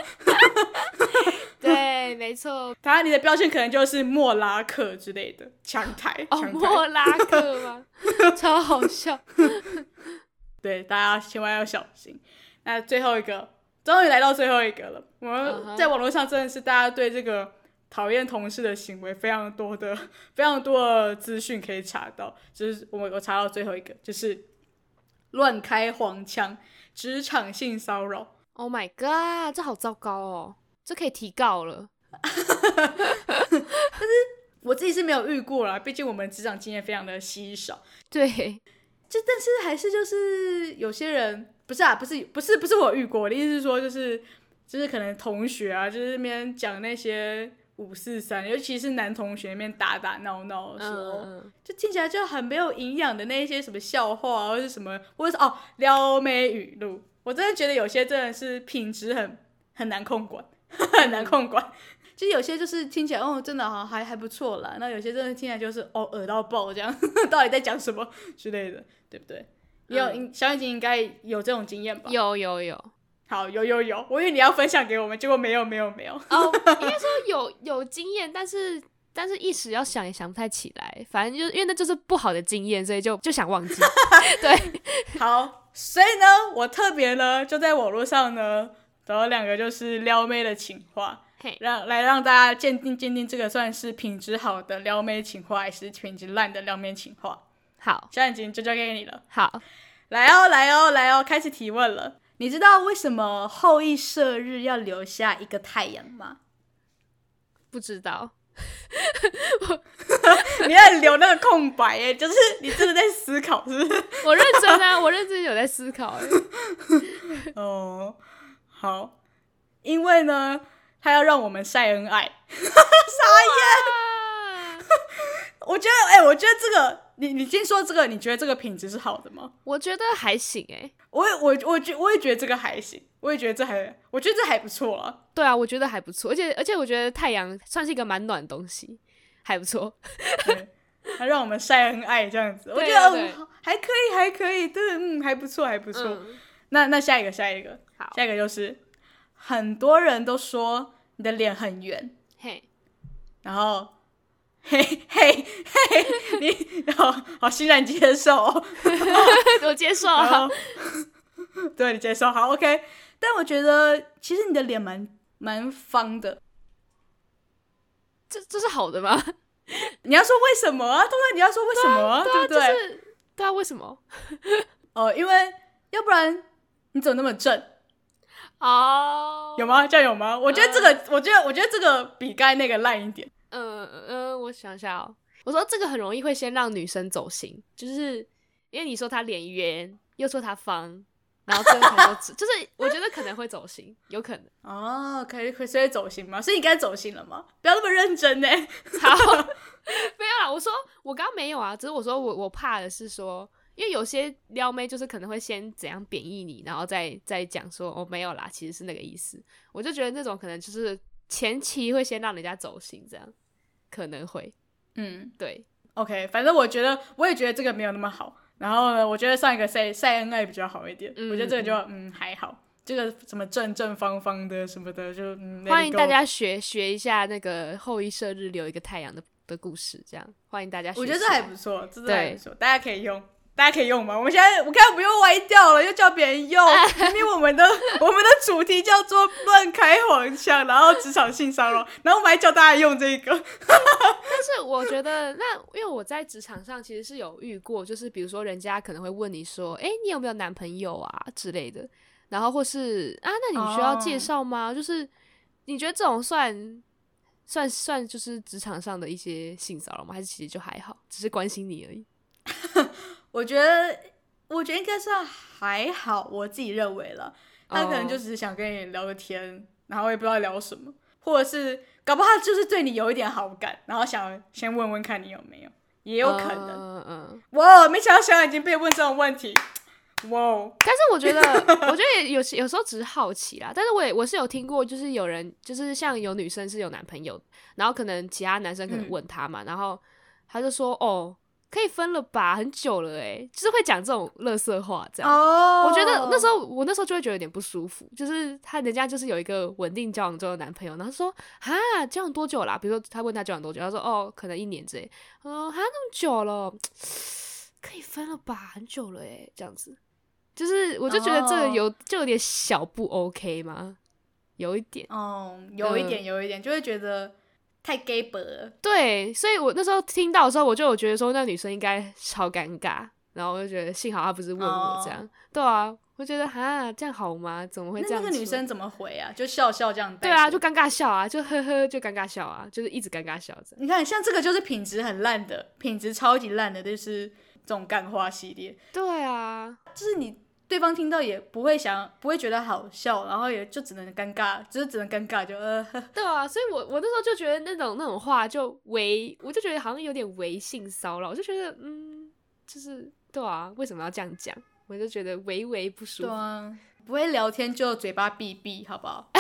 对，没错。 当然，你的标签可能就是莫拉克之类的强台。 哦，莫拉克吗？超好笑。 对，大家千万要小心。那最后一个，终于来到最后一个了。我们在网络上真的是大家对这个讨厌同事的行为非常多的非常多的资讯可以查到，就是我我查到最后一个，就是乱开黄腔，职场性骚扰。 Oh my god， 这好糟糕哦，这可以提告了。 但是我自己是没有遇过啦，毕竟我们职场经验非常的稀少。 对， 就但是还是就是有些人不是啊，不是不是不是我遇过，我的意思是说就是就是可能同学啊，就是那边讲那些五四三，尤其是男同学那边打打闹闹的时候，嗯、就听起来就很没有营养的那些什么笑话，或者是什么，或者是哦撩妹语录，我真的觉得有些真的是品质很很难控管，很难控管。其实有些就是听起来哦，真的好还还不错啦，那有些真的听起来就是哦恶到爆这样，到底在讲什么之类的，对不对？有、嗯、小眼睛应该有这种经验吧？ 有有有。 好，有有有，我以为你要分享给我们，结果没有没有没有。 哦，应该说有有经验，但是但是一时要想也想不太起来，反正就是因为那就是不好的经验，所以就就想忘记。对， 好，所以呢，我特别呢就在网络上呢找了两个就是撩妹的情话，让来让大家鉴定鉴定这个算是品质好的撩妹情话，还是品质烂的撩妹情话。 好， 小眼睛就交给你了。 好， 来哦来哦来哦，开始提问了。你知道为什么后羿射日要留下一个太阳吗？ 不知道。 你在留那个空白耶，就是你真的在思考是不是？ 我认真啊，我认真有在思考耶。 哦，好，因为呢他要让我们晒恩爱。傻眼。我觉得哎、欸，我觉得这个你你先说这个，你觉得这个品质是好的吗？ 我觉得还行哎、欸， 我也我我觉我也觉得这个还行，我也觉得这还我觉得这还不错啊。 对啊，我觉得还不错，而且而且我觉得太阳算是一个蛮暖的东西，还不错。 对，它让我们晒恩爱这样子，我觉得、哦、还可以还可以，对，嗯，还不错还不错。嗯、那那下一个下一个， 好， 下一个就是很多人都说你的脸很圆， 嘿， 然后。嘿嘿嘿，你好好欣然接受、哦， 我接受啊， 对你接受好 OK， 但我觉得其实你的脸蛮蛮方的， 这这是好的吗？ 你要说为什么啊？当然你要说为什么啊， 对, 啊对不对？ 对啊，就是、对啊，为什么？ 哦，因为要不然你怎么那么正？ 哦、 oh, 有吗？这样有吗？我觉得这个，呃、我觉得我觉得这个比刚才那个烂一点。 嗯嗯，我想想哦，我说这个很容易会先让女生走心，就是因为你说她脸圆，又说她方，然后最后才说就是我觉得可能会走心，有可能。 哦，可以可以，所以走心吗？所以你该走心了吗？不要那么认真呢。 好，没有啦，我说我刚刚没有啊，只是我说我我怕的是说，因为有些撩妹就是可能会先怎样贬义你，然后再再讲说哦没有啦，其实是那个意思。我就觉得那种可能就是前期会先让人家走心，这样可能会，嗯，对 ，OK， 反正我觉得我也觉得这个没有那么好。然后呢，我觉得上一个晒晒恩爱比较好一点，嗯、我觉得这个就嗯还好。这个什么正正方方的什么的，就嗯， 欢迎大家学学一下那个后羿射日留一个太阳的的故事，这样欢迎大家学。 我觉得这还不错，这还不错，大家可以用。大家可以用吗？我们现在我看不用歪掉了，又叫别人用。明明我们的我们的主题叫做乱开黄腔，然后职场性骚扰，然后我们还叫大家用这个。 但是我觉得，那因为我在职场上其实是有遇过，就是比如说人家可能会问你说：“哎，你有没有男朋友啊？”之类的，然后或是啊，那你需要介绍吗？ oh. 就是你觉得这种算算算就是职场上的一些性骚扰吗？还是其实就还好，只是关心你而已？ 我觉得，我觉得应该算还好，我自己认为了。他可能就只是想跟你聊个天， oh. 然后也不知道聊什么，或者是搞不好他就是对你有一点好感，然后想先问问看你有没有，也有可能。嗯、uh, uh. 哇，没想到小眼已经被问这种问题，哇！ 但是我觉得，我觉得有有时候只是好奇啦。但是我也我是有听过，就是有人就是像有女生是有男朋友，然后可能其他男生可能问他嘛，嗯、然后他就說哦。可以分了吧，很久了哎，就是会讲这种垃圾话，这样。哦、oh. 我觉得那时候，我那时候就会觉得有点不舒服，就是他人家就是有一个稳定交往中的男朋友，然后说哈交往多久啦？比如说他问他交往多久，他说哦可能一年之类，哦哈那么久了，可以分了吧，很久了哎，这样子，就是我就觉得这个有、oh. 就有点小不 OK 吗？有一点， 哦、oh, 有一点有一点，就会觉得。太 gay 白了， 对，所以我那时候听到的时候，我就有觉得说那女生应该超尴尬，然后我就觉得幸好她不是问我这样， oh. 对啊，我觉得哈这样好吗？怎么会这样？ 那那个女生怎么回啊？就笑笑这样带。 对啊，就尴尬笑啊，就呵呵就尴尬笑啊，就是一直尴尬笑着。 你看，像这个就是品质很烂的，品质超级烂的，就是这种干话系列。 对啊， 就是你对方听到也不会想不会觉得好笑，然后也就只能尴尬，就是只能尴尬就呃。 对啊，所以我我那时候就觉得那种那种话就微，我就觉得好像有点微性骚扰，我就觉得嗯，就是对啊，为什么要这样讲？我就觉得微微不舒服。 对啊，不会聊天就嘴巴闭闭，好不好？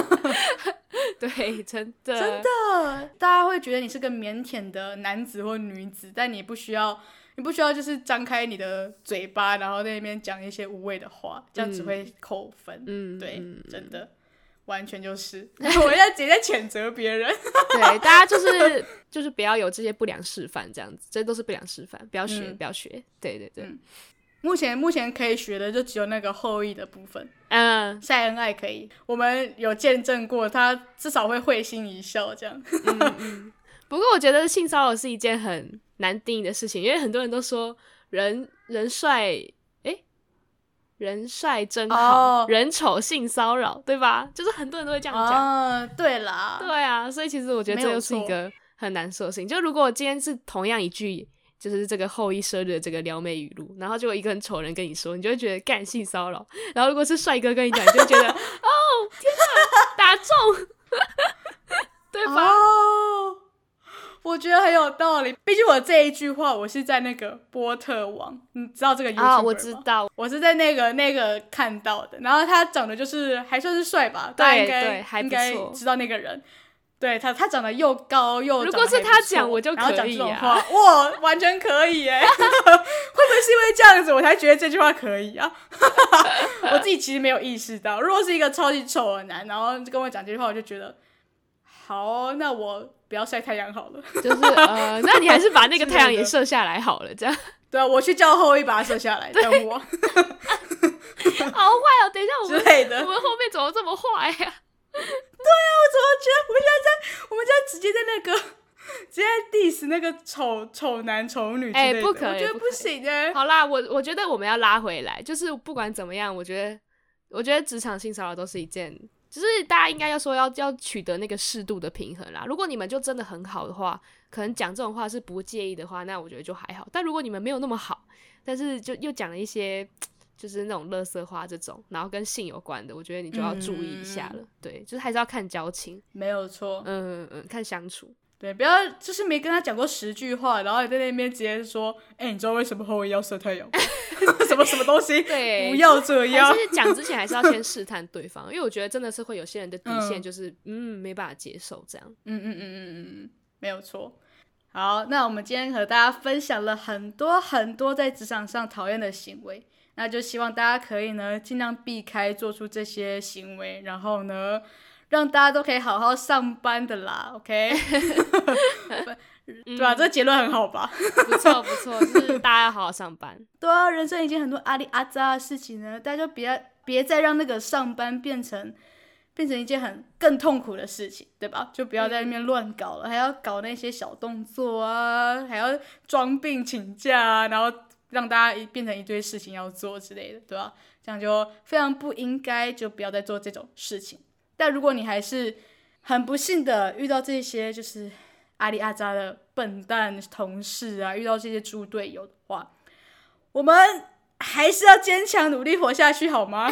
对，真的真的，大家会觉得你是个腼腆的男子或女子，但你不需要，你不需要就是张开你的嘴巴，然后在那边讲一些无谓的话，这样只会扣分。嗯，对，嗯、真的，完全就是，我现在直接在谴责别人。 对，大家就是就是不要有这些不良示范，这样子，这都是不良示范，不要学，嗯、不要学。对对对。嗯， 目前目前可以学的就只有那个后羿的部分， 嗯， 晒恩爱可以，我们有见证过，他至少会会心一笑这样。 嗯嗯。不过我觉得性骚扰是一件很难定义的事情，因为很多人都说人人帅，诶，人帅真好， oh. 人丑性骚扰，对吧？就是很多人都会这样讲。 哦，对啦， 对啊，所以其实我觉得这又是一个很难说的事情。就如果今天是同样一句。就是这个后羿射日的这个撩妹语录，然后就有一个很丑人跟你说，你就会觉得干性骚扰。然后如果是帅哥跟你讲，你就会觉得哦天哪，打中，对吧？ 哦，我觉得很有道理。毕竟我这一句话，我是在那个波特王，你知道这个 YouTuber 吗？ 哦，我知道， 我是在那个那个看到的。然后他长得就是还算是帅吧， 对大家应该对，还不错， 应该知道那个人。对他，他长得又高又长得还不错， 如果是他讲，我就可以、啊、 然后讲这种话，哇，完全可以耶！会不会是因为这样子，我才觉得这句话可以啊？我自己其实没有意识到，如果是一个超级丑的男，然后跟我讲这句话，我就觉得，好，那我不要晒太阳好了。 就是呃，那你还是把那个太阳也射下来好了，这样。 对啊，我去叫后羿把它射下来，等我。好坏哦！等一下，我们之类的， 我们后面怎么这么坏呀、啊？ 对啊，我怎么觉得我们现在在，我们现在直接在那个，直接 diss 那个丑丑男丑女之类的， 哎、欸，不可以， 我觉得不行哎。 好啦，我我觉得我们要拉回来，就是不管怎么样，我觉得，我觉得职场性骚扰都是一件，就是大家应该要说要要取得那个适度的平衡啦。如果你们就真的很好的话，可能讲这种话是不介意的话，那我觉得就还好。但如果你们没有那么好，但是就又讲了一些。就是那种垃圾话这种，然后跟性有关的，我觉得你就要注意一下了。嗯、对，就是还是要看交情， 没有错。 嗯嗯，看相处。 对，不要就是没跟他讲过十句话，然后你在那边直接说，哎、欸，你知道为什么后羿要射太阳？什么什么东西？ 对， 不要这样。 还是讲之前还是要先试探对方，因为我觉得真的是会有些人的底线就是，嗯, 嗯，没办法接受这样。 嗯嗯嗯嗯嗯，没有错。好，那我们今天和大家分享了很多很多在职场上讨厌的行为。那就希望大家可以呢尽量避开做出这些行为，然后呢让大家都可以好好上班的啦 OK 对吧、啊嗯、这个结论很好吧不错不错，就是大家要好好上班对啊，人生已经很多阿里阿杂的事情呢，大家就别别再让那个上班变成变成一件很更痛苦的事情，对吧？就不要在那边乱搞了、嗯、还要搞那些小动作啊，还要装病请假啊，然后让大家变成一堆事情要做之类的，对吧？这样就非常不应该，就不要再做这种事情。但如果你还是很不幸的遇到这些就是阿里阿杂的笨蛋同事啊，遇到这些猪队友的话，我们还是要坚强努力活下去，好吗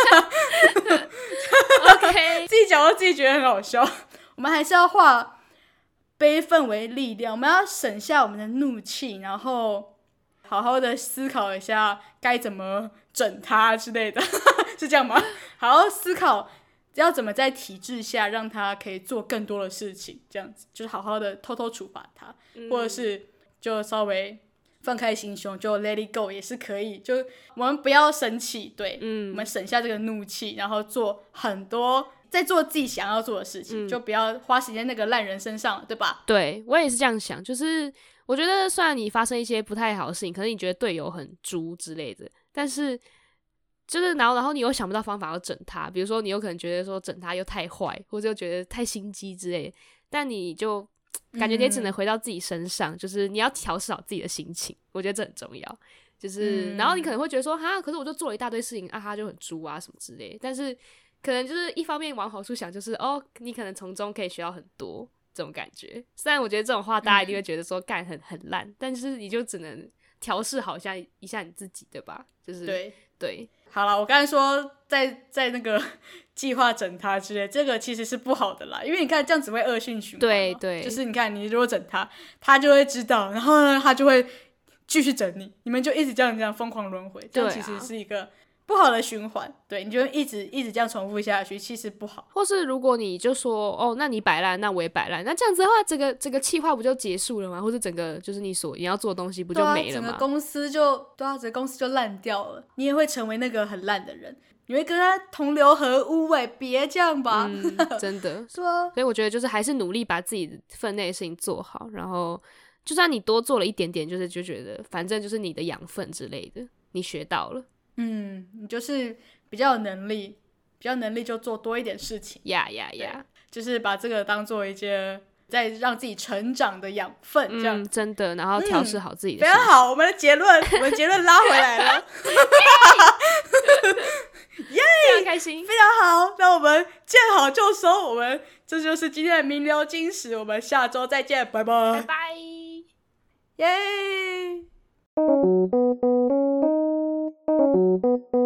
？OK， 自己讲到自己觉得很好笑。我们还是要化悲愤为力量，我们要省下我们的怒气，然后好好的思考一下该怎么整他之类的是这样吗？好好思考要怎么在体制下让他可以做更多的事情，这样子就是好好的偷偷处罚他、嗯、或者是就稍微放开心胸就 let it go 也是可以，就我们不要生气，对、嗯、我们省下这个怒气，然后做很多在做自己想要做的事情、嗯、就不要花时间那个烂人身上，对吧？ 对，我也是这样想，就是我觉得虽然你发生一些不太好的事情，可能你觉得队友很猪之类的，但是就是然后然后你又想不到方法要整他，比如说你有可能觉得说整他又太坏，或者又觉得太心机之类的，但你就感觉也只能回到自己身上、嗯、就是你要调试好自己的心情，我觉得这很重要。就是、嗯、然后你可能会觉得说哈，可是我就做了一大堆事情啊，他就很猪啊什么之类的，但是可能就是一方面往好处想，就是哦你可能从中可以学到很多这种感觉。虽然我觉得这种话大家一定会觉得说干很很烂，但是你就只能调试好一下一下你自己，对吧？就是对对。 好了，我刚才说在在那个计划整他之类，这个其实是不好的啦，因为你看这样只会恶性循环。 对对， 就是你看你如果整他，他就会知道，然后呢他就会继续整你，你们就一直这样这样疯狂轮回，这样其实是一个不好的循环。对，你就一直一直这样重复下去，其实不好。 或是如果你就说哦，那你摆烂，那我也摆烂，那这样子的话，整个整个企划不就结束了吗？或是整个就是你所你要做的东西不就没了吗？ 对啊，整个公司就对啊，整个公司就烂掉了，你也会成为那个很烂的人，你会跟他同流合污。哎，别这样吧。 嗯，真的。 是啊， 所以我觉得就是还是努力把自己的分内的事情做好，然后就算你多做了一点点，就是就觉得反正就是你的养分之类的，你学到了。 嗯，你就是比较有能力，比较能力就做多一点事情。 呀呀呀， 就是把这个当做一件在让自己成长的养分，这样、 嗯、真的，然后调试好自己的非事情、 常好。我们的结论，我们的结论拉回来了， 耶，非常开心， 非常好。那我们见好就收，我们这就是今天的名流金石，我们下周再见，拜拜， 拜拜， 耶。